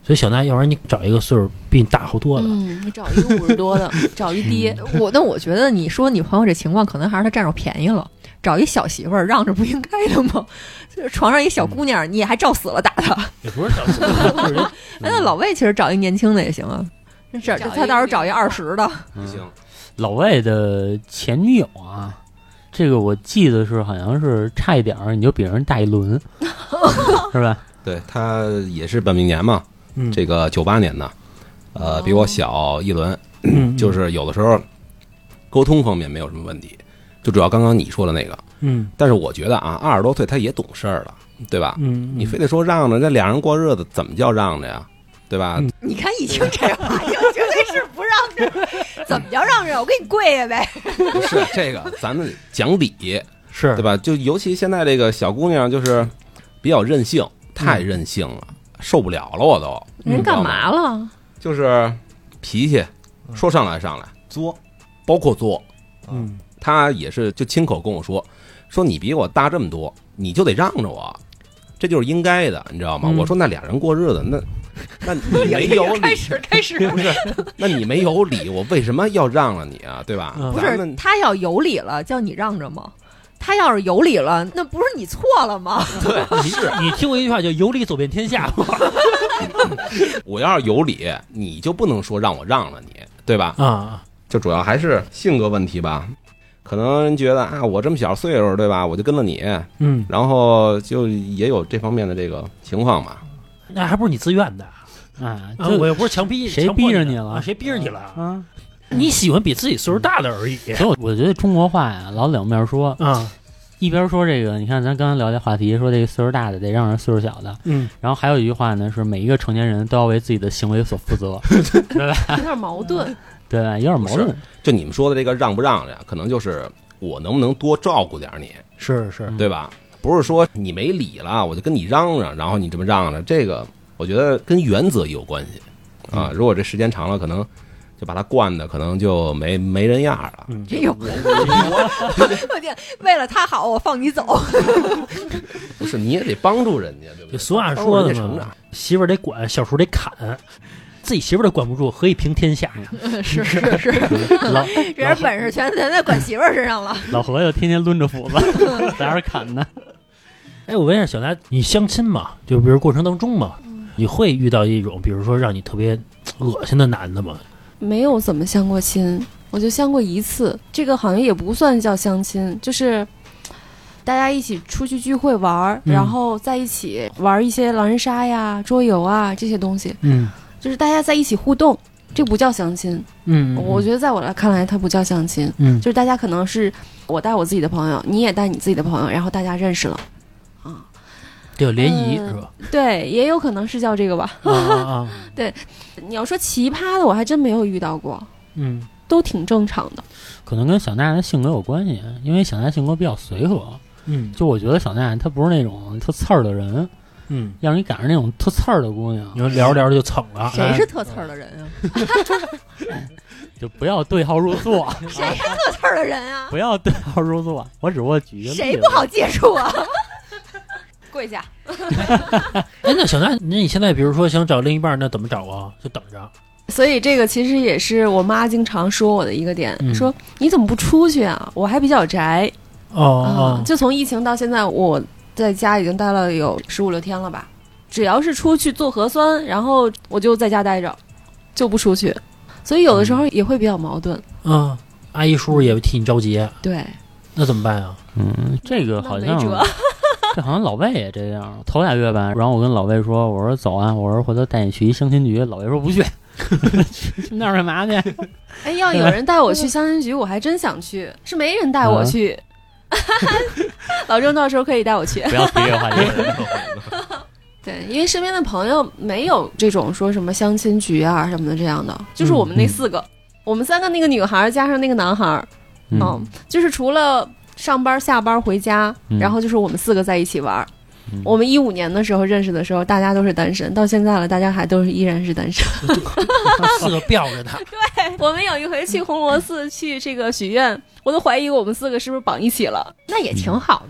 S5: 所以小娜，要不然你找一个岁数比你大好多了。
S4: 嗯，你找一个五十多的，找一爹。
S6: 我那我觉得你说你朋友这情况，可能还是他占着便宜了。找一小媳妇儿让着不应该的吗？床上一小姑娘，嗯、你也还照死了打她。
S5: 也不是找死了。
S6: 哎，那老魏其实找一年轻的也行啊。这他到时候找一二十的。
S3: 不行。
S2: 老魏的前女友啊，这个我记得是好像是差一点儿你就比人大一轮，是吧？
S3: 对，他也是本命年嘛，嗯、这个九八年的，呃，比我小一轮，嗯、就是有的时候沟通方面没有什么问题，就主要刚刚你说的那个，嗯，但是我觉得啊，二十多岁他也懂事儿了，对吧？嗯，你非得说让着，这俩人过日子怎么叫让着呀？对吧？
S6: 嗯、你看一听这话就绝对是不让着，怎么叫让着？我给你跪下呗。
S3: 不是这个，咱们讲理
S5: 是
S3: 对吧？就尤其现在这个小姑娘就是比较任性。太任性了，嗯、受不了了，我都。
S6: 人干嘛了？
S3: 就是脾气，说上来上来作，包括作。嗯，他也是就亲口跟我说，说你比我大这么多，你就得让着我，这就是应该的，你知道吗？嗯、我说那俩人过日子，那那你没有理，
S6: 开始开始
S3: 不是？那你没有理，我为什么要让了你啊？对吧？
S6: 嗯、不是他要有理了，叫你让着吗？他要是有理了，那不是你错了吗？
S3: 对，是
S5: 你听过一句话叫"有理走遍天下"吗？
S3: 我要是有理，你就不能说让我让了你，对吧？
S5: 啊，
S3: 就主要还是性格问题吧。可能人觉得啊，我这么小岁数，对吧？我就跟了你，嗯，然后就也有这方面的这个情况嘛。
S5: 那还不是你自愿的
S2: 啊？
S5: 啊我又不是强逼，
S2: 谁逼着你了？
S5: 啊、谁逼着你了？啊？你喜欢比自己岁数大的而已。
S2: 所以我觉得中国话呀，老两面说啊，一边说这个，你看咱刚才聊这话题，说这个岁数大的得让人岁数小的，嗯，然后还有一句话呢，是每一个成年人都要为自己的行为所负责，对吧？
S4: 有点矛盾，
S2: 对吧？有点矛盾。
S3: 就你们说的这个让不让呀，可能就是我能不能多照顾点你，
S5: 是是，
S3: 对吧？不是说你没理了，我就跟你嚷嚷，然后你这么嚷嚷，这个我觉得跟原则有关系啊。如果这时间长了，可能。就把他惯的可能就没没人样了。
S6: 嗯，这有我我我为了他好，我放你走。
S3: 不是，你也得帮助人家，对不对？
S5: 俗话说的嘛，媳妇儿得管，小叔得砍，自己媳妇儿都管不住，何以平天下呀？
S6: 是是是，老这点本事全全在管媳妇儿身上了。
S2: 老何就天天抡着斧子在那儿砍呢。
S5: 哎，我问一下小达，你相亲嘛？就比如过程当中嘛，你会遇到一种，比如说让你特别恶心的男的吗？
S4: 没有怎么相过亲，我就相过一次，这个好像也不算叫相亲，就是大家一起出去聚会玩，嗯、然后在一起玩一些狼人杀呀、桌游啊这些东西，嗯，就是大家在一起互动，这不叫相亲，嗯，我觉得在我来看来，它不叫相亲，嗯，就是大家可能是我带我自己的朋友，你也带你自己的朋友，然后大家认识了，啊。
S5: 这有联谊、嗯、是吧？
S4: 对，也有可能是叫这个吧。啊啊对，你要说奇葩的，我还真没有遇到过。嗯，都挺正常的。
S2: 可能跟小娜的性格有关系，因为小娜性格比较随和。嗯，就我觉得小娜她不是那种特刺儿的人。嗯，要是你赶上那种特刺儿的姑娘，
S5: 你说聊着聊着就蹭了。
S6: 谁是特刺儿的人啊？
S2: 就不要对号入座。
S6: 谁是特刺儿的人啊？
S2: 不要对号入座。我只不过举一个例子。
S6: 谁不好接触啊？跪下。
S5: 哎，那小娜，那你现在比如说想找另一半，那怎么找啊？就等着。
S4: 所以这个其实也是我妈经常说我的一个点，嗯、说你怎么不出去啊？我还比较宅。哦、哦、嗯，就从疫情到现在，我在家已经待了有十五六天了吧。只要是出去做核酸，然后我就在家待着，就不出去。所以有的时候也会比较矛盾。嗯，
S5: 嗯阿姨叔叔也替你着急。
S4: 对。
S5: 那怎么办啊？
S2: 嗯，这个好像。这好像老魏也这样，头俩月吧，然后我跟老魏说，我说走啊，我说回头带你去一相亲局，老魏说不去，去那儿干嘛去？
S4: 哎，要有人带我去相亲局，我还真想去，是没人带我去。啊、老郑到时候可以带我去，
S2: 不要提这个话题。
S4: 对，因为身边的朋友没有这种说什么相亲局啊什么的这样的，就是我们那四个，嗯、我们三个那个女孩加上那个男孩，嗯，嗯就是除了。上班下班回家，然后就是我们四个在一起玩。嗯、我们一五年的时候认识的时候，大家都是单身，到现在了，大家还都是依然是单身。
S5: 四个吊着他。
S4: 对，我们有一回去红螺寺去这个许愿，我都怀疑我们四个是不是绑一起了。
S6: 那也挺好的。
S4: 嗯、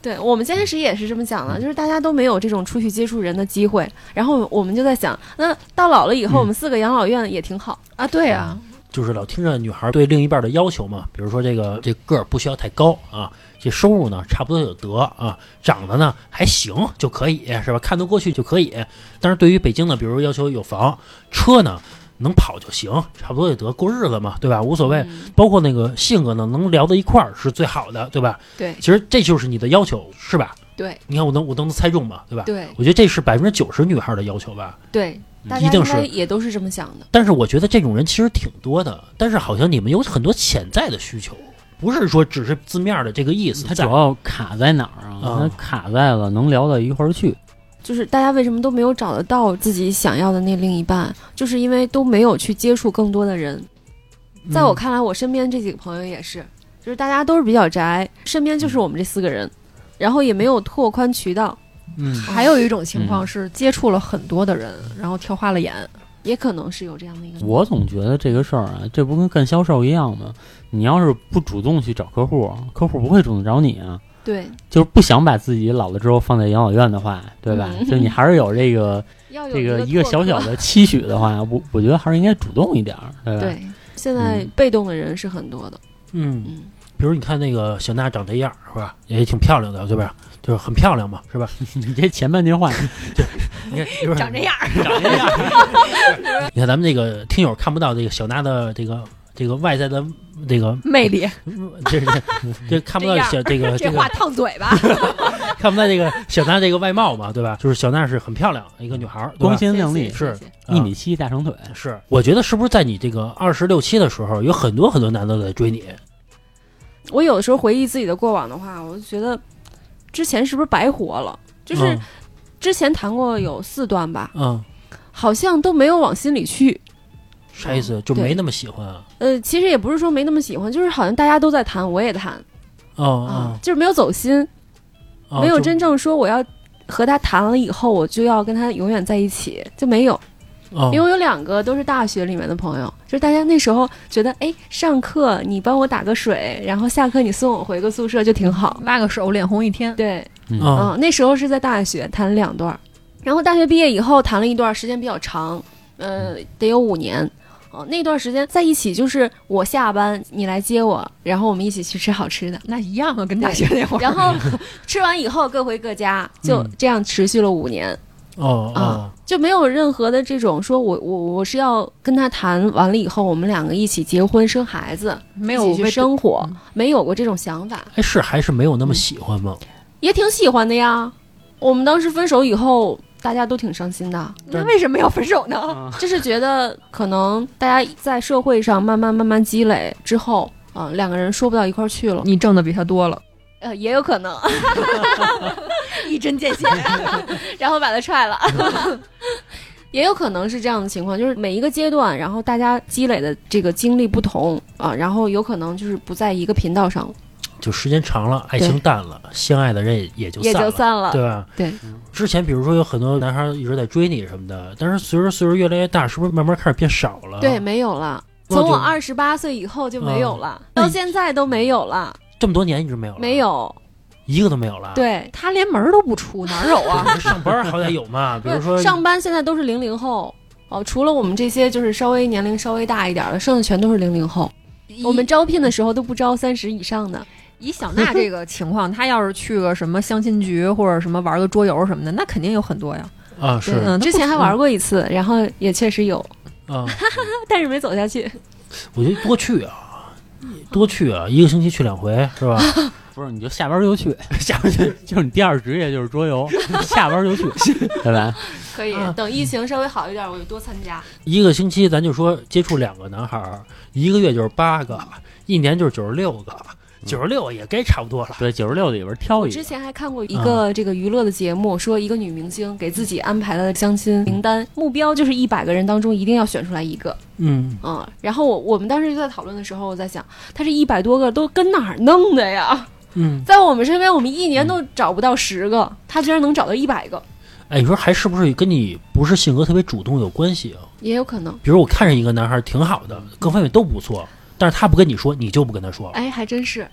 S4: 对，我们先开始也是这么讲的，就是大家都没有这种出去接触人的机会，然后我们就在想，那到老了以后，我们四个养老院也挺好、
S6: 嗯、啊。对啊，
S5: 就是老听着女孩对另一半的要求嘛，比如说这个这个儿不需要太高啊，这收入呢差不多有得啊，长得呢还行就可以，是吧？看得过去就可以。但是对于北京呢，比如要求有房，车呢能跑就行，差不多也得过日子嘛，对吧？无所谓、嗯、包括那个性格呢能聊到一块儿是最好的，对吧？
S4: 对，
S5: 其实这就是你的要求，是吧？
S4: 对，
S5: 你看我能我都能猜中吧，对吧？
S4: 对，
S5: 我觉得这是百分之九十女孩的要求吧。
S4: 对，大家应该也都是这么想的。
S5: 但是我觉得这种人其实挺多的，但是好像你们有很多潜在的需求，不是说只是字面的这个意思。
S2: 它主要卡在哪儿啊？它、嗯、卡在了能聊到一块儿去。
S4: 就是大家为什么都没有找得到自己想要的那另一半，就是因为都没有去接触更多的人。在我看来，我身边这几个朋友也是，就是大家都是比较宅，身边就是我们这四个人，然后也没有拓宽渠道。
S6: 嗯，还有一种情况是接触了很多的人，嗯、然后挑花了眼，
S4: 也可能是有这样的一个。
S2: 我总觉得这个事儿啊，这不跟干销售一样吗？你要是不主动去找客户，客户不会主动找你啊。
S4: 对，
S2: 就是不想把自己老了之后放在养老院的话，对吧？嗯、就你还是有这个这个一个小小的期许的话，我我觉得还是应该主动一点，对吧？
S4: 对，现在被动的人是很多的。
S5: 嗯嗯，比如你看那个小娜长这样，是吧？也挺漂亮的，对吧？就是很漂亮嘛，是吧？
S2: 你这前半句话，
S5: 对，你看
S6: 长这样，
S5: 长这样。你看咱们这个听友看不到这个小娜的这个。这个外在的这个
S6: 魅力，
S5: 这是这看不到小这个
S6: 这话烫嘴巴，
S5: 看不到这个小娜这个外貌嘛，对吧？就是小娜是很漂亮一个女孩，
S2: 光鲜亮丽，
S5: 是
S2: 一米七大长腿，
S5: 是。我觉得是不是在你这个二十六七的时候，有很多很多男的在追你？
S4: 我有的时候回忆自己的过往的话，我就觉得之前是不是白活了？就是之前谈过有四段吧，嗯，好像都没有往心里去。
S5: 啥意思？就没那么喜欢啊？
S4: 呃，其实也不是说没那么喜欢，就是好像大家都在谈，我也谈，
S5: 哦
S4: 啊、哦，就是没有走心，哦、没有真正说我要和他谈了以后，我就要跟他永远在一起，就没有。哦、因为我有两个都是大学里面的朋友，就是大家那时候觉得，哎，上课你帮我打个水，然后下课你送我回个宿舍就挺好，
S6: 拉个手脸红一天。
S4: 对，嗯，嗯那时候是在大学谈了两段，然后大学毕业以后谈了一段时间比较长，呃，得有五年。哦，那段时间在一起，就是我下班你来接我，然后我们一起去吃好吃的，
S6: 那一样啊，跟大学那会儿。
S4: 然后吃完以后各回各家，就这样持续了五年。
S5: 哦、嗯、
S4: 啊，就没有任何的这种说我我我是要跟他谈完了以后，我们两个一起结婚生孩子，
S6: 没有
S4: 一起去生活，没有过这种想法。
S5: 哎，是还是没有那么喜欢吗？
S4: 嗯、也挺喜欢的呀。我们当时分手以后。大家都挺伤心的，
S6: 那为什么要分手呢？
S4: 就是觉得可能大家在社会上慢慢慢慢积累之后，啊、呃，两个人说不到一块儿去了。
S6: 你挣的比他多了，
S4: 呃，也有可能，
S6: 一针见血，
S4: 然后把他踹了。也有可能是这样的情况，就是每一个阶段，然后大家积累的这个经历不同啊，然后有可能就是不在一个频道上了。
S5: 就时间长了，爱情淡了，相爱的人也就散了，
S4: 也就散了，
S5: 对吧？
S4: 对。
S5: 之前比如说有很多男孩一直在追你什么的，但是随着岁数越来越大，是不是慢慢开始变少了？
S4: 对，没有了。从我二十八岁以后就没有了，嗯、到现在都没有了。
S5: 这么多年一直没有了？
S4: 没有，
S5: 一个都没有了。
S4: 对，
S6: 他连门都不出，哪有啊？
S5: 上班好歹有嘛，比如说
S4: 上班现在都是零零后哦，除了我们这些就是稍微年龄稍微大一点的，剩下全都是零零后。我们招聘的时候都不招三十以上的。
S6: 以小娜这个情况，她要是去个什么相亲局或者什么玩个桌游什么的，那肯定有很多呀。
S5: 啊，是，
S4: 嗯，之前还玩过一次，嗯、然后也确实有，
S5: 啊，
S4: 但是没走下去。
S5: 我觉得多去啊，多去啊，一个星期去两回是吧？
S2: 不是，你就下班就去，下班就就是你第二职业就是桌游，下班就去，对吧？
S4: 可以，啊、等疫情稍微好一点，我就多参加。
S5: 一个星期咱就说接触两个男孩，一个月就是八个，一年就是九十六个。九十六也该差不多了，
S2: 对，九十六里边挑一个。
S4: 之前还看过一个这个娱乐的节目，嗯、说一个女明星给自己安排了相亲名单，目标就是一百个人当中一定要选出来一个。
S5: 嗯
S4: 嗯，然后我我们当时就在讨论的时候，我在想，他这一百多个都跟哪儿弄的呀？
S5: 嗯，
S4: 在我们身边，我们一年都找不到十个，嗯、他居然能找到一百个。
S5: 哎，你说还是不是跟你不是性格特别主动有关系啊？
S4: 也有可能。
S5: 比如我看上一个男孩挺好的，各方面都不错。但是他不跟你说，你就不跟他说了。
S4: 哎，还真是，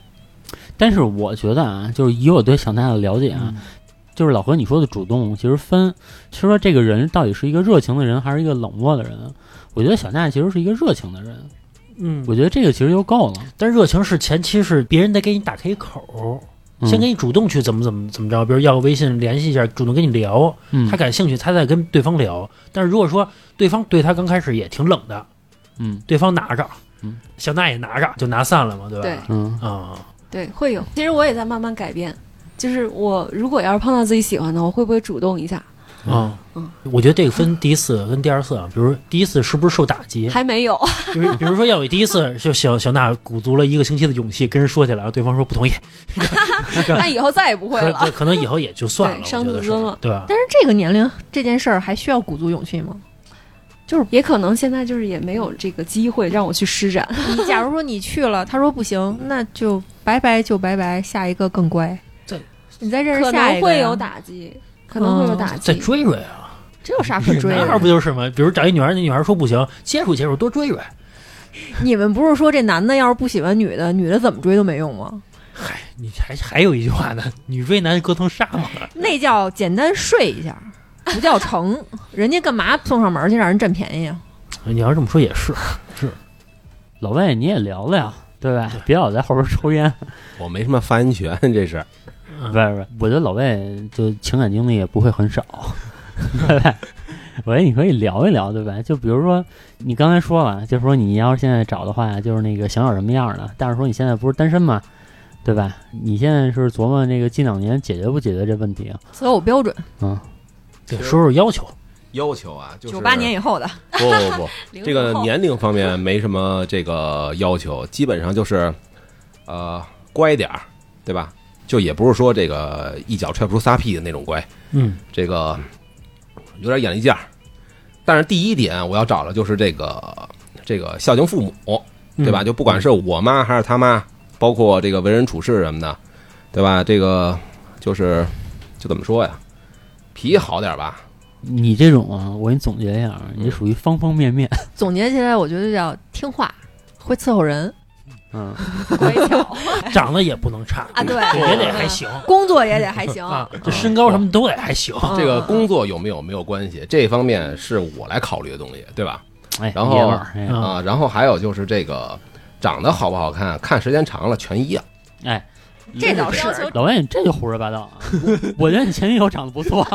S2: 但是我觉得啊，就是以我对小娜的了解啊，嗯、就是老何你说的主动，其实分是说这个人到底是一个热情的人还是一个冷漠的人。我觉得小娜其实是一个热情的人，
S5: 嗯，
S2: 我觉得这个其实就够了。
S5: 但是热情是前期是别人得给你打开口。先给你主动去怎么怎么怎么着，比如要个微信联系一下，主动跟你聊，
S2: 嗯、
S5: 他感兴趣，他再跟对方聊。但是如果说对方对他刚开始也挺冷的，
S2: 嗯，
S5: 对方拿着，
S2: 嗯，
S5: 小娜也拿着，就拿散了嘛，对吧？
S4: 对，
S2: 嗯
S5: 啊，
S4: 对，会有。其实我也在慢慢改变，就是我如果要是碰到自己喜欢的，我会不会主动一下？
S5: 嗯嗯，我觉得这个分第一次跟第二次啊，比如第一次是不是受打击？
S4: 还没有。
S5: 比如比如说要有第一次，就小小娜鼓足了一个星期的勇气跟人说起来，然后对方说不同意，
S4: 那以后再也不会了。
S5: 可, 可能以后也就算了，
S4: 伤自尊了，
S5: 对吧？
S6: 但是这个年龄这件事儿还需要鼓足勇气吗？
S4: 就是也可能现在就是也没有这个机会让我去施展。
S6: 你假如说你去了，他说不行，那就拜拜就拜拜，下一个更乖。
S5: 对，
S6: 你再认识
S4: 下一个，可能会有打击。可能会有打击，
S5: 再追追啊！
S6: 这有啥可追的？
S5: 男孩不就是吗？比如找一女孩，那女孩说不行，接触接触，多追追。
S6: 你们不是说这男的要是不喜欢女的，女的怎么追都没用吗？
S5: 嗨，你还还有一句话呢，女追男隔层纱嘛。
S6: 那叫简单睡一下，不叫成。人家干嘛送上门去让人占便宜啊？
S5: 你要这么说也是，是。
S2: 老魏你也聊聊，对吧？对别老在后边抽烟。
S3: 我没什么发言权，这是。
S2: 不是不是，我觉得老魏就情感经历也不会很少，对吧？我觉得你可以聊一聊，对吧？就比如说你刚才说了，就是说你要是现在找的话，就是那个想找什么样的，但是说你现在不是单身嘛，对吧？你现在是琢磨那个近两年解决不解决这问题啊？
S6: 择偶标准，
S2: 嗯，
S5: 对，说说要求，
S3: 要求啊，就是
S6: 九八年以后的，
S3: 不不不，这个年龄方面没什么这个要求，基本上就是呃乖点儿，对吧？就也不是说这个一脚踹不出仨屁的那种乖，
S5: 嗯，
S3: 这个有点眼力劲儿。但是第一点我要找的就是这个这个孝敬父母，对吧？
S5: 嗯、
S3: 就不管是我妈还是他妈，包括这个为人处事什么的，对吧？这个就是就怎么说呀，脾气好点吧。
S2: 你这种啊，我给你总结一下，你属于方方面面。
S6: 总结起来，我觉得叫听话，会伺候人。
S2: 嗯，
S6: 乖巧，
S5: 长得也不能差
S6: 啊，对，
S5: 也得还行，
S6: 工作也得还行，
S5: 啊，这身高什么都得还行。
S3: 嗯、这个工作有没有没有关系，这方面是我来考虑的东西，对吧？
S2: 哎，
S3: 然后
S2: 啊、
S3: 嗯，然后还有就是这个长得好不好看，看时间长了全一样。
S2: 哎，
S6: 这倒是。
S2: 老魏，你这就胡说八道啊！我觉得你前女友长得不错，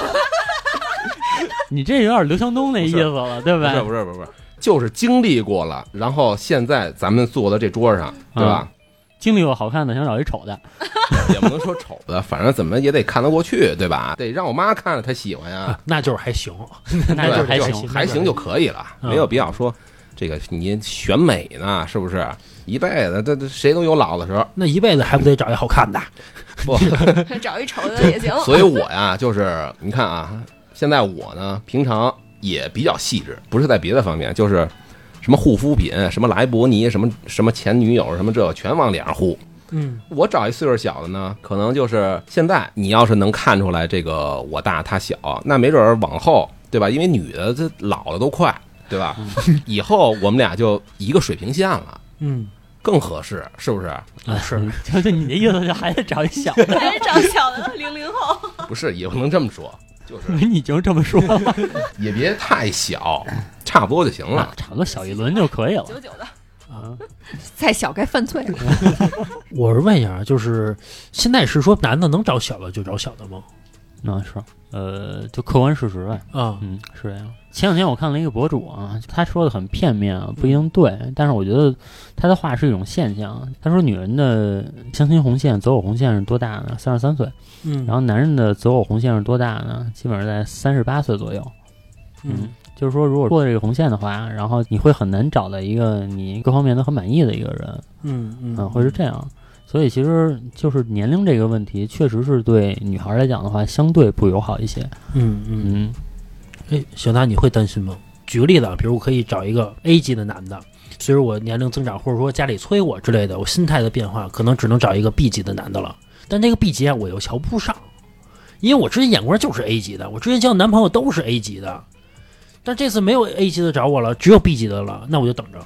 S2: 你这有点刘强东那意思了，对吧？
S3: 不是不是不是不是。就是经历过了，然后现在咱们坐在这桌上，对吧？
S2: 嗯、经历过好看的，想找一丑的，
S3: 也不能说丑的，反正怎么也得看得过去，对吧？得让我妈看了她喜欢呀、
S5: 啊，那就是还行，
S2: 那就是还行，
S3: 还行就可以了，
S5: 嗯、
S3: 没有必要说这个你选美呢，是不是？一辈子，这这谁都有老的时候，
S5: 那一辈子还不得找一好看的？
S3: 不，
S4: 找一丑的也行。
S3: 所以我呀，就是你看啊，现在我呢，平常。也比较细致，不是在别的方面，就是什么护肤品，什么莱博尼，什么什么前女友，什么这全往脸上糊。
S5: 嗯，
S3: 我找一岁数小的呢，可能就是现在你要是能看出来这个我大他小，那没准往后，对吧？因为女的这老的都快，对吧？嗯、以后我们俩就一个水平线了，
S5: 嗯，
S3: 更合适，是不是？
S5: 啊，是，
S2: 就是你的意思，就还得找一小的，
S4: 还得找小的零零后。
S3: 不是，也不能这么说。就是
S2: 你就这么说了，
S3: 也别太小，差不多就行了，
S2: 啊、差不多小一轮就可以了。
S4: 九九的
S5: 啊，
S6: 再小该犯罪了。
S5: 我是问一下，就是现在是说男的能找小的就找小的吗？
S2: 那是，呃，就客观事实呗。
S5: 啊，
S2: 嗯，是这样。前两天我看了一个博主啊，他说的很片面啊，不一定对，但是我觉得他的话是一种现象。他说女人的相亲红线、择偶红线是多大呢？三十三岁。
S5: 嗯，
S2: 然后男人的择偶红线是多大呢？基本上在三十八岁左右。嗯，就是说如果过这个红线的话，然后你会很难找到一个你各方面都很满意的一个人。
S5: 嗯嗯，
S2: 啊，会是这样。所以其实就是年龄这个问题，确实是对女孩来讲的话，相对不友好一些。
S5: 嗯嗯嗯。哎，小娜，你会担心吗？举个例子啊，比如我可以找一个 A 级的男的，随着我年龄增长，或者说家里催我之类的，我心态的变化，可能只能找一个 B 级的男的了。但这个 B 级啊，我又瞧不上，因为我之前眼光就是 A 级的，我之前交的男朋友都是 A 级的，但这次没有 A 级的找我了，只有 B 级的了，那我就等着。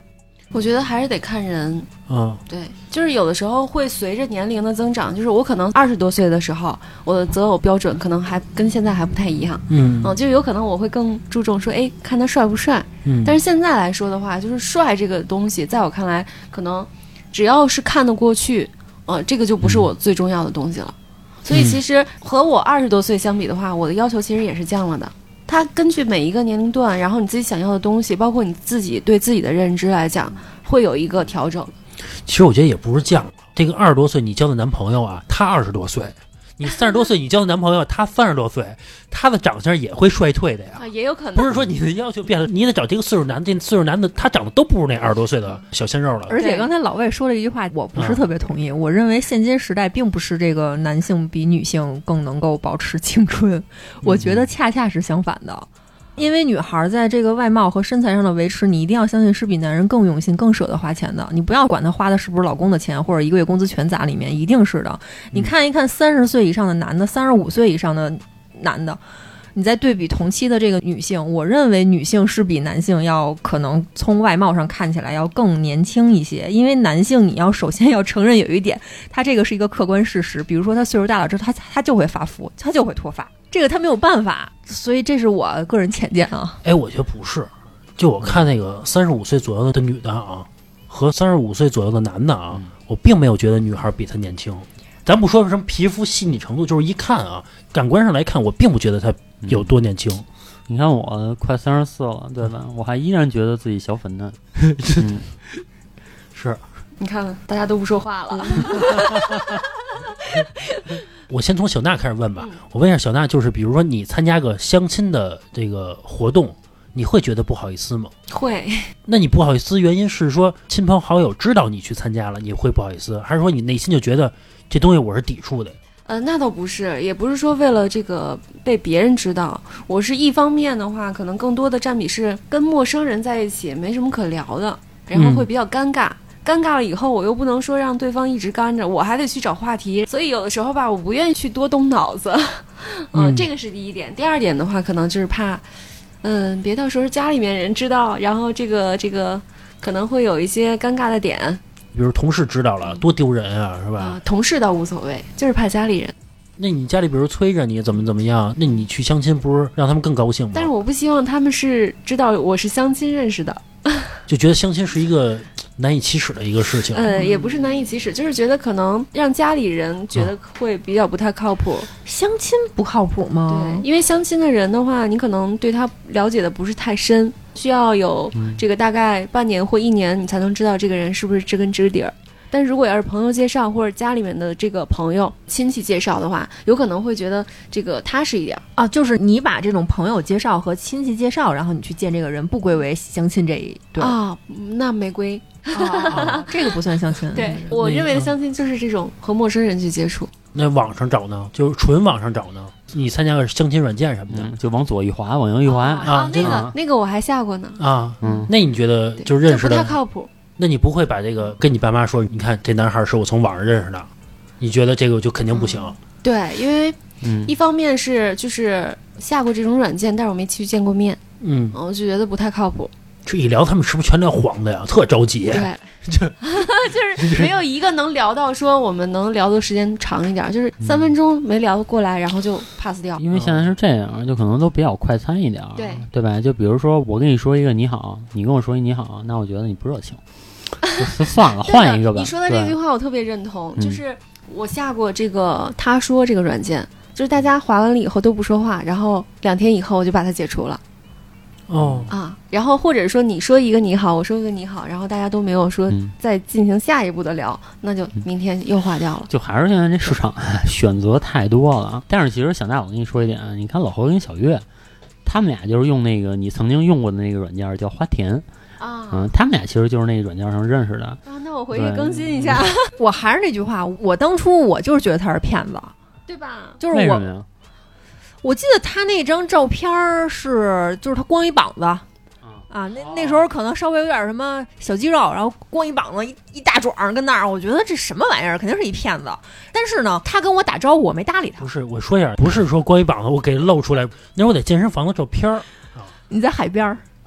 S4: 我觉得还是得看人。
S5: 嗯，
S4: 对，就是有的时候会随着年龄的增长，就是我可能二十多岁的时候，我的择偶标准可能还跟现在还不太一样。
S5: 嗯
S4: 嗯，就有可能我会更注重说，哎，看他帅不帅。
S5: 嗯，
S4: 但是现在来说的话，就是帅这个东西，在我看来，可能只要是看得过去，呃，这个就不是我最重要的东西了。所以其实和我二十多岁相比的话，我的要求其实也是降了的。它根据每一个年龄段，然后你自己想要的东西，包括你自己对自己的认知来讲，会有一个调整。
S5: 其实我觉得也不是降，这个二十多岁你交的男朋友啊，他二十多岁，你三十多岁你交的男朋友，他三十多岁，他的长相也会衰退的呀。
S4: 啊，也有可能。
S5: 不是说你的要求变了，你得找这个岁数男，这岁数男的他长得都不如那二十多岁的小鲜肉了。
S6: 而且刚才老魏说了一句话，我不是特别同意。我认为现今时代并不是这个男性比女性更能够保持青春，我觉得恰恰是相反的。因为女孩在这个外貌和身材上的维持，你一定要相信是比男人更用心更舍得花钱的。你不要管他花的是不是老公的钱，或者一个月工资全砸里面，一定是的。你看一看三十岁以上的男的，三十五岁以上的男的，你再对比同期的这个女性，我认为女性是比男性要可能从外貌上看起来要更年轻一些。因为男性你要首先要承认有一点，他这个是一个客观事实，比如说他岁数大了之后，他他就会发福，他就会脱发，这个他没有办法。所以这是我个人浅见啊。
S5: 哎，我觉得不是，就我看那个三十五岁左右的女的啊，和三十五岁左右的男的啊，我并没有觉得女孩比他年轻。咱不说什么皮肤细腻程度，就是一看啊，感官上来看，我并不觉得他有多年轻。
S2: 嗯、你看我快三十四了，对吧？我还依然觉得自己小粉嫩。嗯、
S5: 是，
S4: 你看大家都不说话了。
S5: 我先从小娜开始问吧。我问一下小娜，就是比如说你参加个相亲的这个活动，你会觉得不好意思吗？
S4: 会。
S5: 那你不好意思原因是说亲朋好友知道你去参加了，你会不好意思，还是说你内心就觉得这东西我是抵触的？
S4: 呃，那倒不是，也不是说为了这个被别人知道。我是一方面的话，可能更多的占比是跟陌生人在一起没什么可聊的，然后会比较尴尬。嗯尴尬了以后，我又不能说让对方一直干着，我还得去找话题，所以有的时候吧，我不愿意去多动脑子。嗯、呃，这个是第一点。第二点的话，可能就是怕，嗯，别到时候家里面人知道，然后这个这个可能会有一些尴尬的点。
S5: 比如同事知道了，多丢人啊，是吧？
S4: 呃、同事倒无所谓，就是怕家里人。
S5: 那你家里比如催着你怎么怎么样，那你去相亲不是让他们更高兴吗？
S4: 但是我不希望他们是知道我是相亲认识的，
S5: 就觉得相亲是一个难以启齿的一个事情。
S4: 呃，也不是难以启齿，就是觉得可能让家里人觉得会比较不太靠谱。
S6: 嗯、相亲不靠谱吗？
S4: 对，因为相亲的人的话，你可能对他了解的不是太深，需要有这个大概半年或一年，你才能知道这个人是不是知根知底儿。但如果要是朋友介绍或者家里面的这个朋友亲戚介绍的话，有可能会觉得这个踏实一点
S6: 啊。就是你把这种朋友介绍和亲戚介绍，然后你去见这个人，不归为相亲这一对
S4: 啊？那没归、
S6: 啊啊，这个不算相亲。
S4: 对，我认为的相亲就是这种和陌生人去接触。
S5: 那网上找呢？就是纯网上找呢？你参加个相亲软件什么的，
S2: 嗯、就往左一滑，往右一滑
S4: 啊。啊那个、啊、那个我还下过呢
S5: 啊。嗯，那你觉得就认识的
S4: 不太靠谱？
S5: 那你不会把这个跟你爸妈说，你看这男孩是我从网上认识的，你觉得这个就肯定不行？
S4: 嗯、对，因为一方面是就是下过这种软件，但是我没去见过面，
S5: 嗯，
S4: 我就觉得不太靠谱。
S5: 这一聊，他们是不是全聊黄的呀？特着急。
S4: 对，就是没有一个能聊到说我们能聊的时间长一点，就是三分钟没聊过来，然后就 pass 掉。
S2: 因为现在是这样，就可能都比较快餐一点，
S4: 对
S2: 对吧？就比如说我跟你说一个你好，你跟我说一你好，那我觉得你不热情。就算了，换一个吧。
S4: 你说的这句话我特别认同，就是我下过这个他说这个软件，就是大家划完了以后都不说话，然后两天以后我就把它解除了。
S5: 哦
S4: 啊，然后或者说你说一个你好，我说一个你好，然后大家都没有说再进行下一步的聊，嗯、那就明天又划掉了。
S2: 就还是现在这市场选择太多了。但是其实小大，我跟你说一点，你看老何跟小月，他们俩就是用那个你曾经用过的那个软件叫花田。
S4: 啊，
S2: 嗯，他们俩其实就是那个软件上认识的
S4: 啊。那我回去更新一下。
S6: 我还是那句话，我当初我就是觉得他是骗子，
S4: 对吧？
S6: 就是我，
S2: 为什么呀？
S6: 我记得他那张照片是，就是他光一膀子啊，啊，那那时候可能稍微有点什么小肌肉，然后光一膀子一一大壮跟那儿，我觉得这什么玩意儿，肯定是一骗子。但是呢，他跟我打招呼，我没搭理他。
S5: 不是，我说一下，不是说光一膀子我给露出来，那我在健身房的照片儿。
S6: 你在海边儿。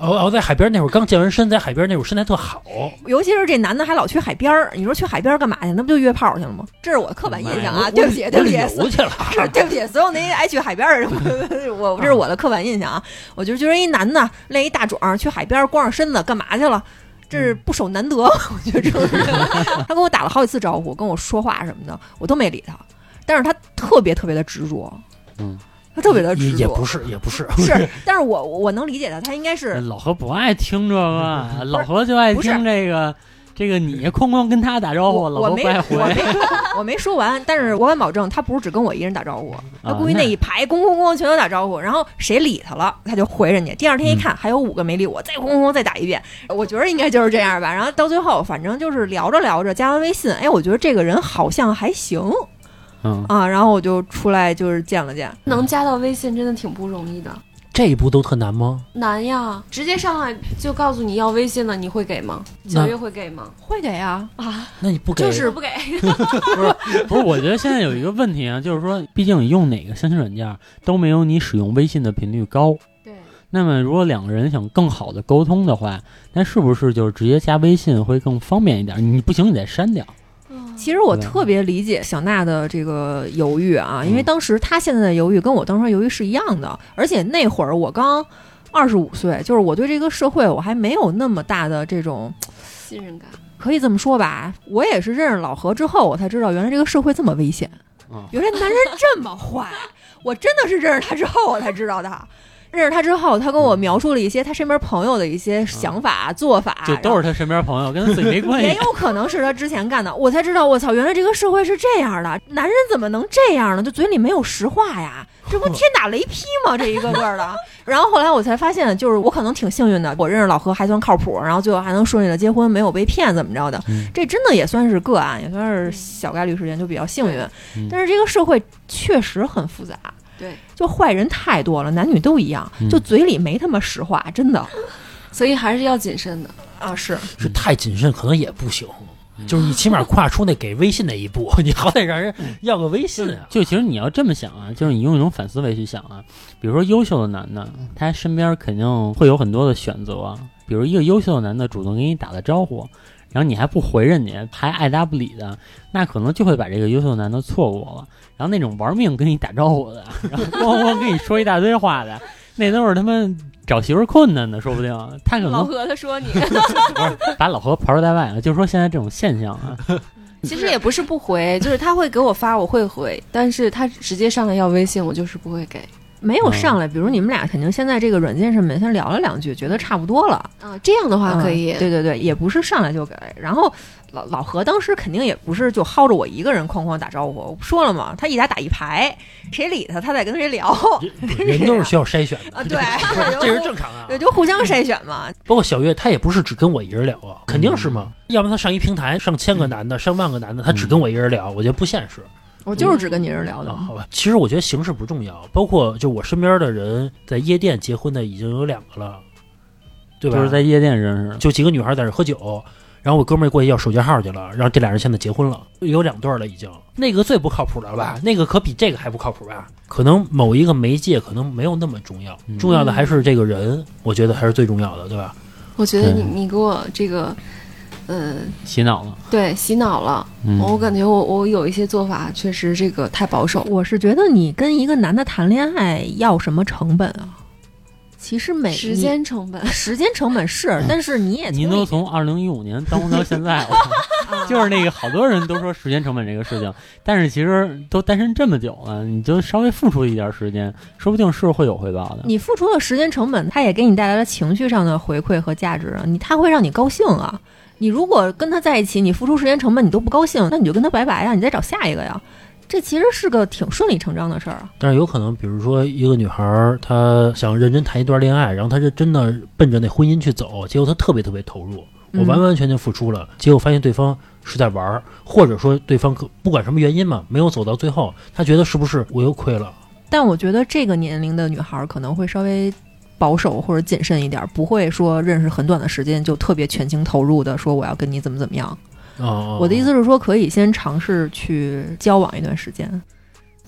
S5: 哦哦，在海边那会儿刚健完身，在海边那会儿身材特好，
S6: 尤其是这男的还老去海边儿，你说去海边干嘛去？那不就约炮去了吗？这是我的刻板印象啊！对不起，对不起，
S5: 游去了，
S6: 是对不起，所有那些爱去海边的人，我这是我的刻板印象啊！我就觉得一男的练一大壮去海边光着身子干嘛去了？这是不守难得，我觉得这是。他跟我打了好几次招呼，跟我说话什么的，我都没理他，但是他特别特别的执着，
S2: 嗯。
S6: 他特别的执着，
S5: 也不是，也不是，
S6: 是，但是我我能理解他，他应该是
S2: 老何不爱听这个，老何就爱听这个，这个你哐哐跟他打招呼，老何不爱回。
S6: 我没我没说完，但是我敢保证，他不是只跟我一人打招呼，他估计那一排咣咣咣全都打招呼，然后谁理他了，他就回人家。第二天一看，还有五个没理我，再咣咣咣再打一遍。我觉得应该就是这样吧。然后到最后，反正就是聊着聊着，加完微信，哎，我觉得这个人好像还行。
S2: 嗯
S6: 啊，然后我就出来就是见了见，
S4: 能加到微信真的挺不容易的。
S5: 这一步都特难吗？
S4: 难呀，直接上来就告诉你要微信了，你会给吗？小月会给吗？
S6: 会给啊
S4: 啊！
S5: 那你不给
S4: 就是不给。
S2: 不是不是，我觉得现在有一个问题啊，就是说，毕竟你用哪个相亲软件都没有你使用微信的频率高。
S4: 对。
S2: 那么，如果两个人想更好的沟通的话，那是不是就是直接加微信会更方便一点？你不行，你得删掉。
S6: 其实我特别理解小娜的这个犹豫啊，因为当时她现在的犹豫跟我当时犹豫是一样的，而且那会儿我刚二十五岁，就是我对这个社会我还没有那么大的这种
S4: 信任感，
S6: 可以这么说吧。我也是认识老何之后，我才知道原来这个社会这么危险，原来男人这么坏。我真的是认识他之后我才知道的。认识他之后，他跟我描述了一些他身边朋友的一些想法、嗯、做法，
S2: 就都是他身边朋友，跟他自己没关系。
S6: 也有可能是他之前干的，我才知道，我操，原来这个社会是这样的，男人怎么能这样呢？就嘴里没有实话呀，这不天打雷劈吗？这一个个的。然后后来我才发现，就是我可能挺幸运的，我认识老何还算靠谱，然后最后还能顺利的结婚，没有被骗怎么着的，嗯、这真的也算是个案，也算是小概率事件，就比较幸运。嗯、但是这个社会确实很复杂。
S4: 对，
S6: 就坏人太多了，男女都一样，就嘴里没他妈实话，真的，
S4: 所以还是要谨慎的
S6: 啊。是
S5: 是太谨慎可能也不行，就是你起码跨出那给微信那一步，你好歹让人要个微信啊。
S2: 就其实你要这么想啊，就是你用一种反思维去想啊，比如说优秀的男的，他身边肯定会有很多的选择啊，比如一个优秀的男的主动给你打个招呼，然后你还不回人家，还爱答不理的，那可能就会把这个优秀的男的错过了。然后那种玩命跟你打招呼的，然后咣咣跟你说一大堆话的，那都是他们找媳妇困难的，说不定他可能
S4: 老何他说你，
S2: 不是把老何刨出在外了，就是说现在这种现象啊。
S4: 其实也不是不回，就是他会给我发，我会回，但是他直接上来要微信，我就是不会给。
S6: 没有上来，比如你们俩肯定现在这个软件上面先聊了两句，觉得差不多了
S4: 啊，这样的话可以、
S6: 嗯。对对对，也不是上来就给。然后老老何当时肯定也不是就薅着我一个人哐哐打招呼，我不说了嘛，他一打打一排，谁理他，他在跟谁聊。
S5: 人都是需要筛选的
S6: 啊，对，
S5: 这是正常啊，
S6: 对，就互相筛选嘛。
S5: 包括小月，他也不是只跟我一人聊啊，肯定是嘛，要不然他上一平台上千个男的，上万个男的，他只跟我一人聊，我觉得不现实。
S6: 我就是只跟你人聊的、
S5: 嗯哦，好吧。其实我觉得形式不重要，包括就我身边的人在夜店结婚的已经有两个了，对吧？
S2: 就是在夜店认识，
S5: 就几个女孩在这喝酒，然后我哥们儿过去要手机号去了，然后这俩人现在结婚了，有两对了已经。那个最不靠谱了吧？那个可比这个还不靠谱吧？可能某一个媒介可能没有那么重要，重要的还是这个人，嗯、我觉得还是最重要的，对吧？
S4: 我觉得你你给我这个。呃，
S2: 洗脑了，
S4: 对，洗脑了。嗯、我感觉我我有一些做法确实这个太保守。
S6: 我是觉得你跟一个男的谈恋爱要什么成本啊？其实每
S4: 时间成本，
S6: 时间成本是，但是你也
S2: 您都从二零一五年当到现在了，就是那个好多人都说时间成本这个事情，但是其实都单身这么久了，你就稍微付出一点时间，说不定是会有回报的。
S6: 你付出的时间成本，它也给你带来了情绪上的回馈和价值啊，你它会让你高兴啊。你如果跟他在一起，你付出时间成本你都不高兴，那你就跟他拜拜呀，你再找下一个呀。这其实是个挺顺理成章的事儿啊。
S5: 但是有可能，比如说一个女孩，她想认真谈一段恋爱，然后她就真的奔着那婚姻去走，结果她特别特别投入，我完完全全付出了，嗯、结果发现对方是在玩，或者说对方不管什么原因嘛，没有走到最后，她觉得是不是我又亏了？
S6: 但我觉得这个年龄的女孩可能会稍微保守或者谨慎一点，不会说认识很短的时间就特别全情投入的说我要跟你怎么怎么样。
S5: 哦，
S6: 我的意思是说可以先尝试去交往一段时间，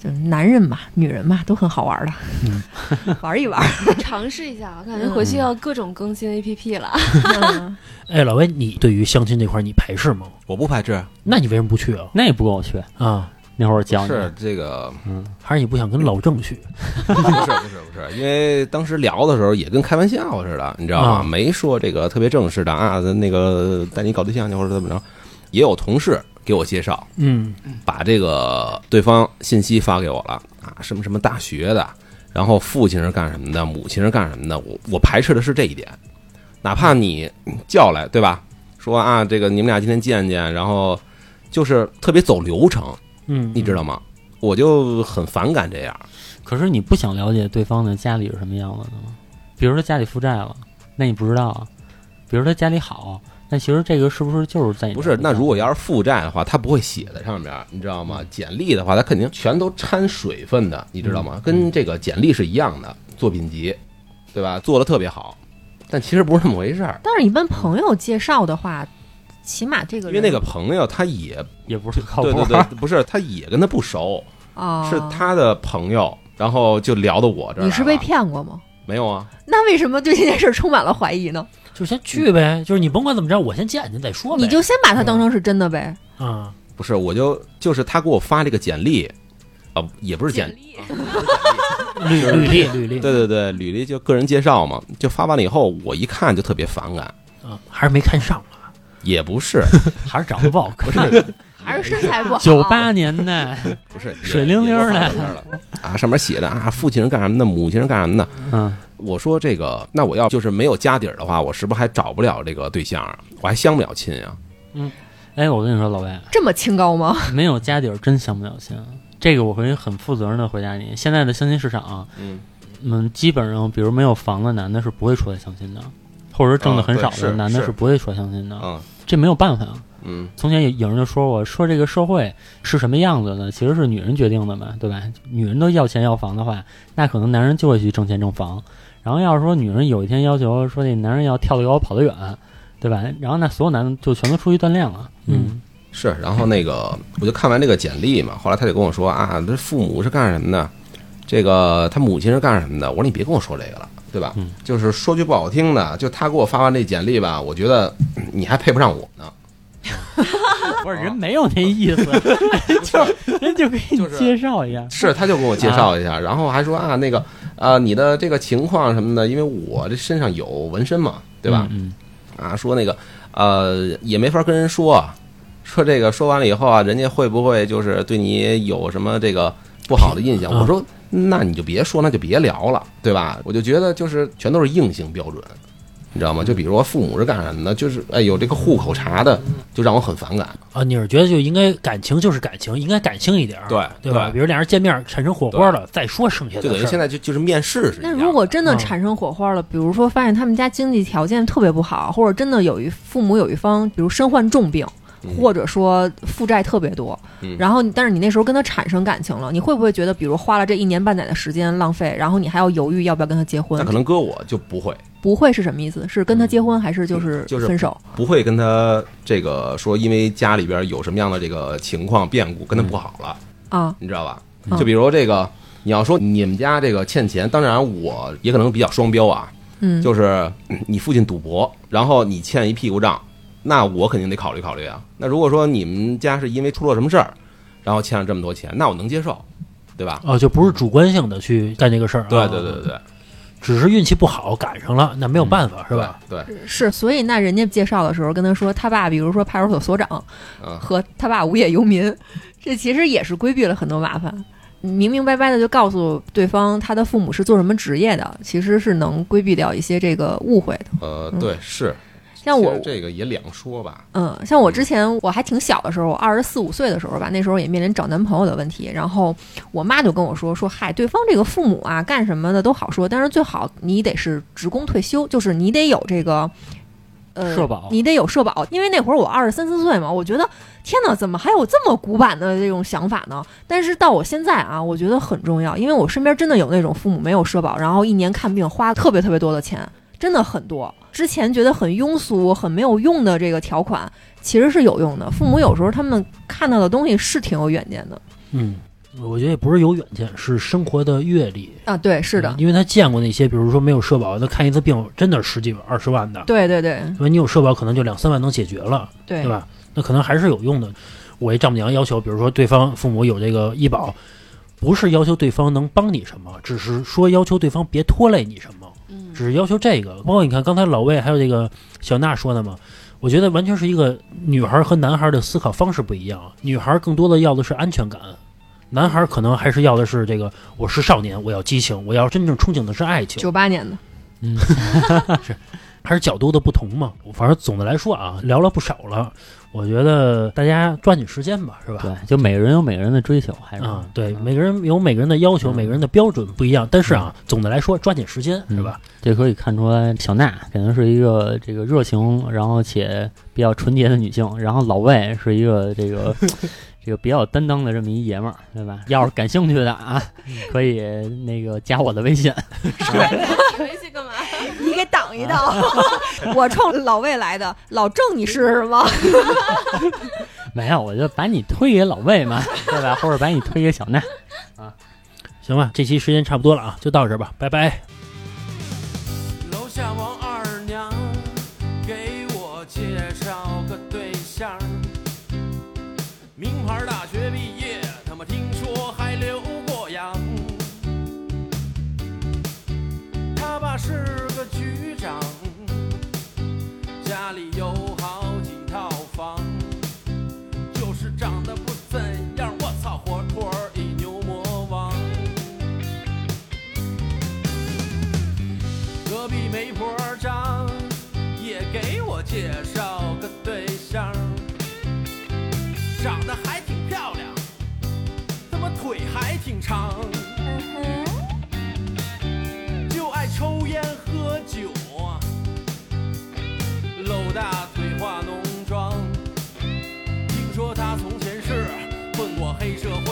S6: 就男人嘛，女人嘛，都很好玩的，嗯、玩一玩，
S4: 尝试一下。我感觉回去要各种更新 A P P 了。
S5: 嗯、哎，老魏，你对于相亲这块你排斥吗？
S3: 我不排斥。
S5: 那你为什么不去啊？
S2: 那也不跟我去
S5: 啊？
S2: 那会儿教你
S3: 是这个，
S5: 嗯，还是你不想跟老郑去？
S3: 不是不是不是，因为当时聊的时候也跟开玩笑似的，你知道吗？啊、没说这个特别正式的啊，那个带你搞对象去或者怎么着，也有同事给我介绍，
S5: 嗯，
S3: 把这个对方信息发给我了啊，什么什么大学的，然后父亲是干什么的，母亲是干什么的，我我排斥的是这一点，哪怕你叫来，对吧？说啊，这个你们俩今天见见，然后就是特别走流程。
S5: 嗯，
S3: 你知道吗？我就很反感这样。
S2: 可是你不想了解对方的家里是什么样子的吗？比如说家里负债了，那你不知道啊。比如说家里好，那其实这个是不是就是在你
S3: 不是？那如果要是负债的话，他不会写在上面，你知道吗？简历的话，他肯定全都掺水分的，你知道吗？
S2: 嗯、
S3: 跟这个简历是一样的，作品集，对吧？做的特别好，但其实不是那么回事儿。
S6: 但是，一般朋友介绍的话。起码这个人，
S3: 因为那个朋友他也
S2: 也不是靠谱，
S3: 对对对，不是，他也跟他不熟，
S6: 哦，
S3: 是他的朋友，然后就聊到我这儿。
S6: 你是被骗过吗？
S3: 没有啊。
S6: 那为什么对这件事充满了怀疑呢？
S5: 就先去呗，就是你甭管怎么着，我先见见再说呗。
S6: 你就先把它当成是真的呗。
S5: 啊、嗯，
S3: 不是，我就就是他给我发这个简历，啊、呃，也不是简历，
S5: 履履历履历，
S3: 对对对，履历就个人介绍嘛，就发完了以后，我一看就特别反感。
S5: 啊、嗯，还是没看上。
S3: 也不是，
S2: 还是长得不好看，
S3: 不是，
S6: 还是身材不好。
S2: 九八年的，
S3: 不是
S2: 水灵灵的
S3: 啊，上面写的啊，父亲是干什么的，母亲是干什么的。
S2: 嗯，
S3: 我说这个，那我要就是没有家底儿的话，我是不是还找不了这个对象啊？我还相不了亲啊？
S2: 嗯，哎，我跟你说，老魏，
S6: 这么清高吗？
S2: 没有家底儿真相不了亲。这个我会很负责任的回答你。现在的相亲市场，
S3: 嗯
S2: 嗯，基本上比如没有房的男的是不会出来相亲的，或者是挣的很少的男的是不会出来相亲的。
S3: 嗯。
S2: 这没有办法，
S3: 嗯，
S2: 从前有人就说我说这个社会是什么样子的，其实是女人决定的嘛，对吧？女人都要钱要房的话，那可能男人就会去挣钱挣房。然后要是说女人有一天要求说这男人要跳得高跑得远，对吧？然后那所有男的就全都出去锻炼了。嗯，
S3: 是。然后那个我就看完这个简历嘛，后来他就跟我说啊，这父母是干什么的？这个他母亲是干什么的？我说你别跟我说这个了。对吧？
S2: 嗯，
S3: 就是说句不好听的，就他给我发完这简历吧，我觉得你还配不上我呢。
S2: 不是人没有那意思，就人就给你介绍一下，
S3: 是他就给我介绍一下，然后还说啊那个啊你的这个情况什么的，因为我这身上有纹身嘛，对吧？
S2: 嗯，
S3: 啊说那个呃也没法跟人说，说这个说完了以后啊，人家会不会就是对你有什么这个不好的印象？我说。那你就别说，那就别聊了，对吧？我就觉得就是全都是硬性标准，你知道吗？就比如说父母是干什么的，就是哎有这个户口查的，就让我很反感
S5: 啊。你是觉得就应该感情就是感情，应该感性一点，
S3: 对
S5: 对吧？比如俩人见面产生火花了，再说剩下的事。
S3: 就等于现在就就是面试是。
S6: 那如果真的产生火花了，比如说发现他们家经济条件特别不好，或者真的有一父母有一方，比如身患重病。或者说负债特别多，
S3: 嗯、
S6: 然后但是你那时候跟他产生感情了，你会不会觉得，比如花了这一年半载的时间浪费，然后你还要犹豫要不要跟他结婚？
S3: 那可能搁我就不会，
S6: 不会是什么意思？是跟他结婚还是就是分手？
S3: 嗯就是、不会跟他这个说，因为家里边有什么样的这个情况变故，跟他不好了
S6: 啊、
S3: 嗯，你知道吧？就比如这个，你要说你们家这个欠钱，当然我也可能比较双标啊，
S6: 嗯，
S3: 就是你父亲赌博，然后你欠一屁股账。那我肯定得考虑考虑啊。那如果说你们家是因为出了什么事儿，然后欠了这么多钱，那我能接受，对吧？
S5: 哦，就不是主观性的去干这个事儿、啊。
S3: 对对对对对，
S5: 只是运气不好赶上了，那没有办法、嗯、是吧？
S3: 对，对
S6: 是。所以那人家介绍的时候跟他说，他爸比如说派出所所长，
S3: 嗯、
S6: 和他爸无业游民，这其实也是规避了很多麻烦。明明白白的就告诉对方他的父母是做什么职业的，其实是能规避掉一些这个误会的。
S3: 呃，对，嗯、是。
S6: 像我
S3: 这个也两说吧，
S6: 嗯，像我之前我还挺小的时候，我二十四五岁的时候吧，那时候也面临找男朋友的问题，然后我妈就跟我说说，嗨，对方这个父母啊，干什么的都好说，但是最好你得是职工退休，就是你得有这个呃
S2: 社保，
S6: 你得有社保，因为那会儿我二十三四岁嘛，我觉得天哪，怎么还有这么古板的这种想法呢？但是到我现在啊，我觉得很重要，因为我身边真的有那种父母没有社保，然后一年看病花特别特别多的钱。真的很多，之前觉得很庸俗、很没有用的这个条款，其实是有用的。父母有时候他们看到的东西是挺有远见的。
S5: 嗯， 我觉得也不是有远见，是生活的阅历
S6: 啊。对，是的，
S5: 因为他见过那些，比如说没有社保，他看一次病真的十几万、二十万的。
S6: 对对对，
S5: 因为你有社保，可能就两三万能解决了，
S6: 对
S5: 对吧？那可能还是有用的。我一丈母娘要求，比如说对方父母有这个医保，不是要求对方能帮你什么，只是说要求对方别拖累你什么，嗯，只是要求这个。包括你看刚才老魏还有这个小娜说的嘛。我觉得完全是一个女孩和男孩的思考方式不一样，女孩更多的要的是安全感，男孩可能还是要的是这个，我是少年，我要激情，我要真正憧憬的是爱情。
S6: 九八年的，
S5: 嗯，是，还是角度的不同嘛。反正总的来说啊，聊了不少了，我觉得大家抓紧时间吧，是吧？
S2: 对，就每个人有每个人的追求，还是
S5: 啊、嗯，对，每个人有每个人的要求，嗯、每个人的标准不一样。但是啊，嗯、总的来说，抓紧时间，是吧？
S2: 这可以看出来，小娜可能是一个这个热情，然后且比较纯洁的女性，然后老魏是一个这个这个比较有担当的这么一爷们儿，对吧？要是感兴趣的啊，可以那个加我的微信。
S4: 微信干嘛？
S6: 你给挡一道，我冲老魏来的，老郑你试试吗？
S2: 没有，我就把你推给老魏嘛，对吧？或者把你推给小娜啊。
S5: 行吧，这期时间差不多了啊，就到这儿吧，拜拜。
S1: 楼下王二娘给我介绍个对象，名牌大学毕业，他们听说还留过洋。他爸是个局长，家里有好几套房，就是长得不怎样，我操，活脱一牛魔王。隔壁媒婆张也给我介绍个对象，长得还挺漂亮，他妈腿还挺长，就爱抽烟喝酒，露大腿化浓妆。听说他从前是混过黑社会。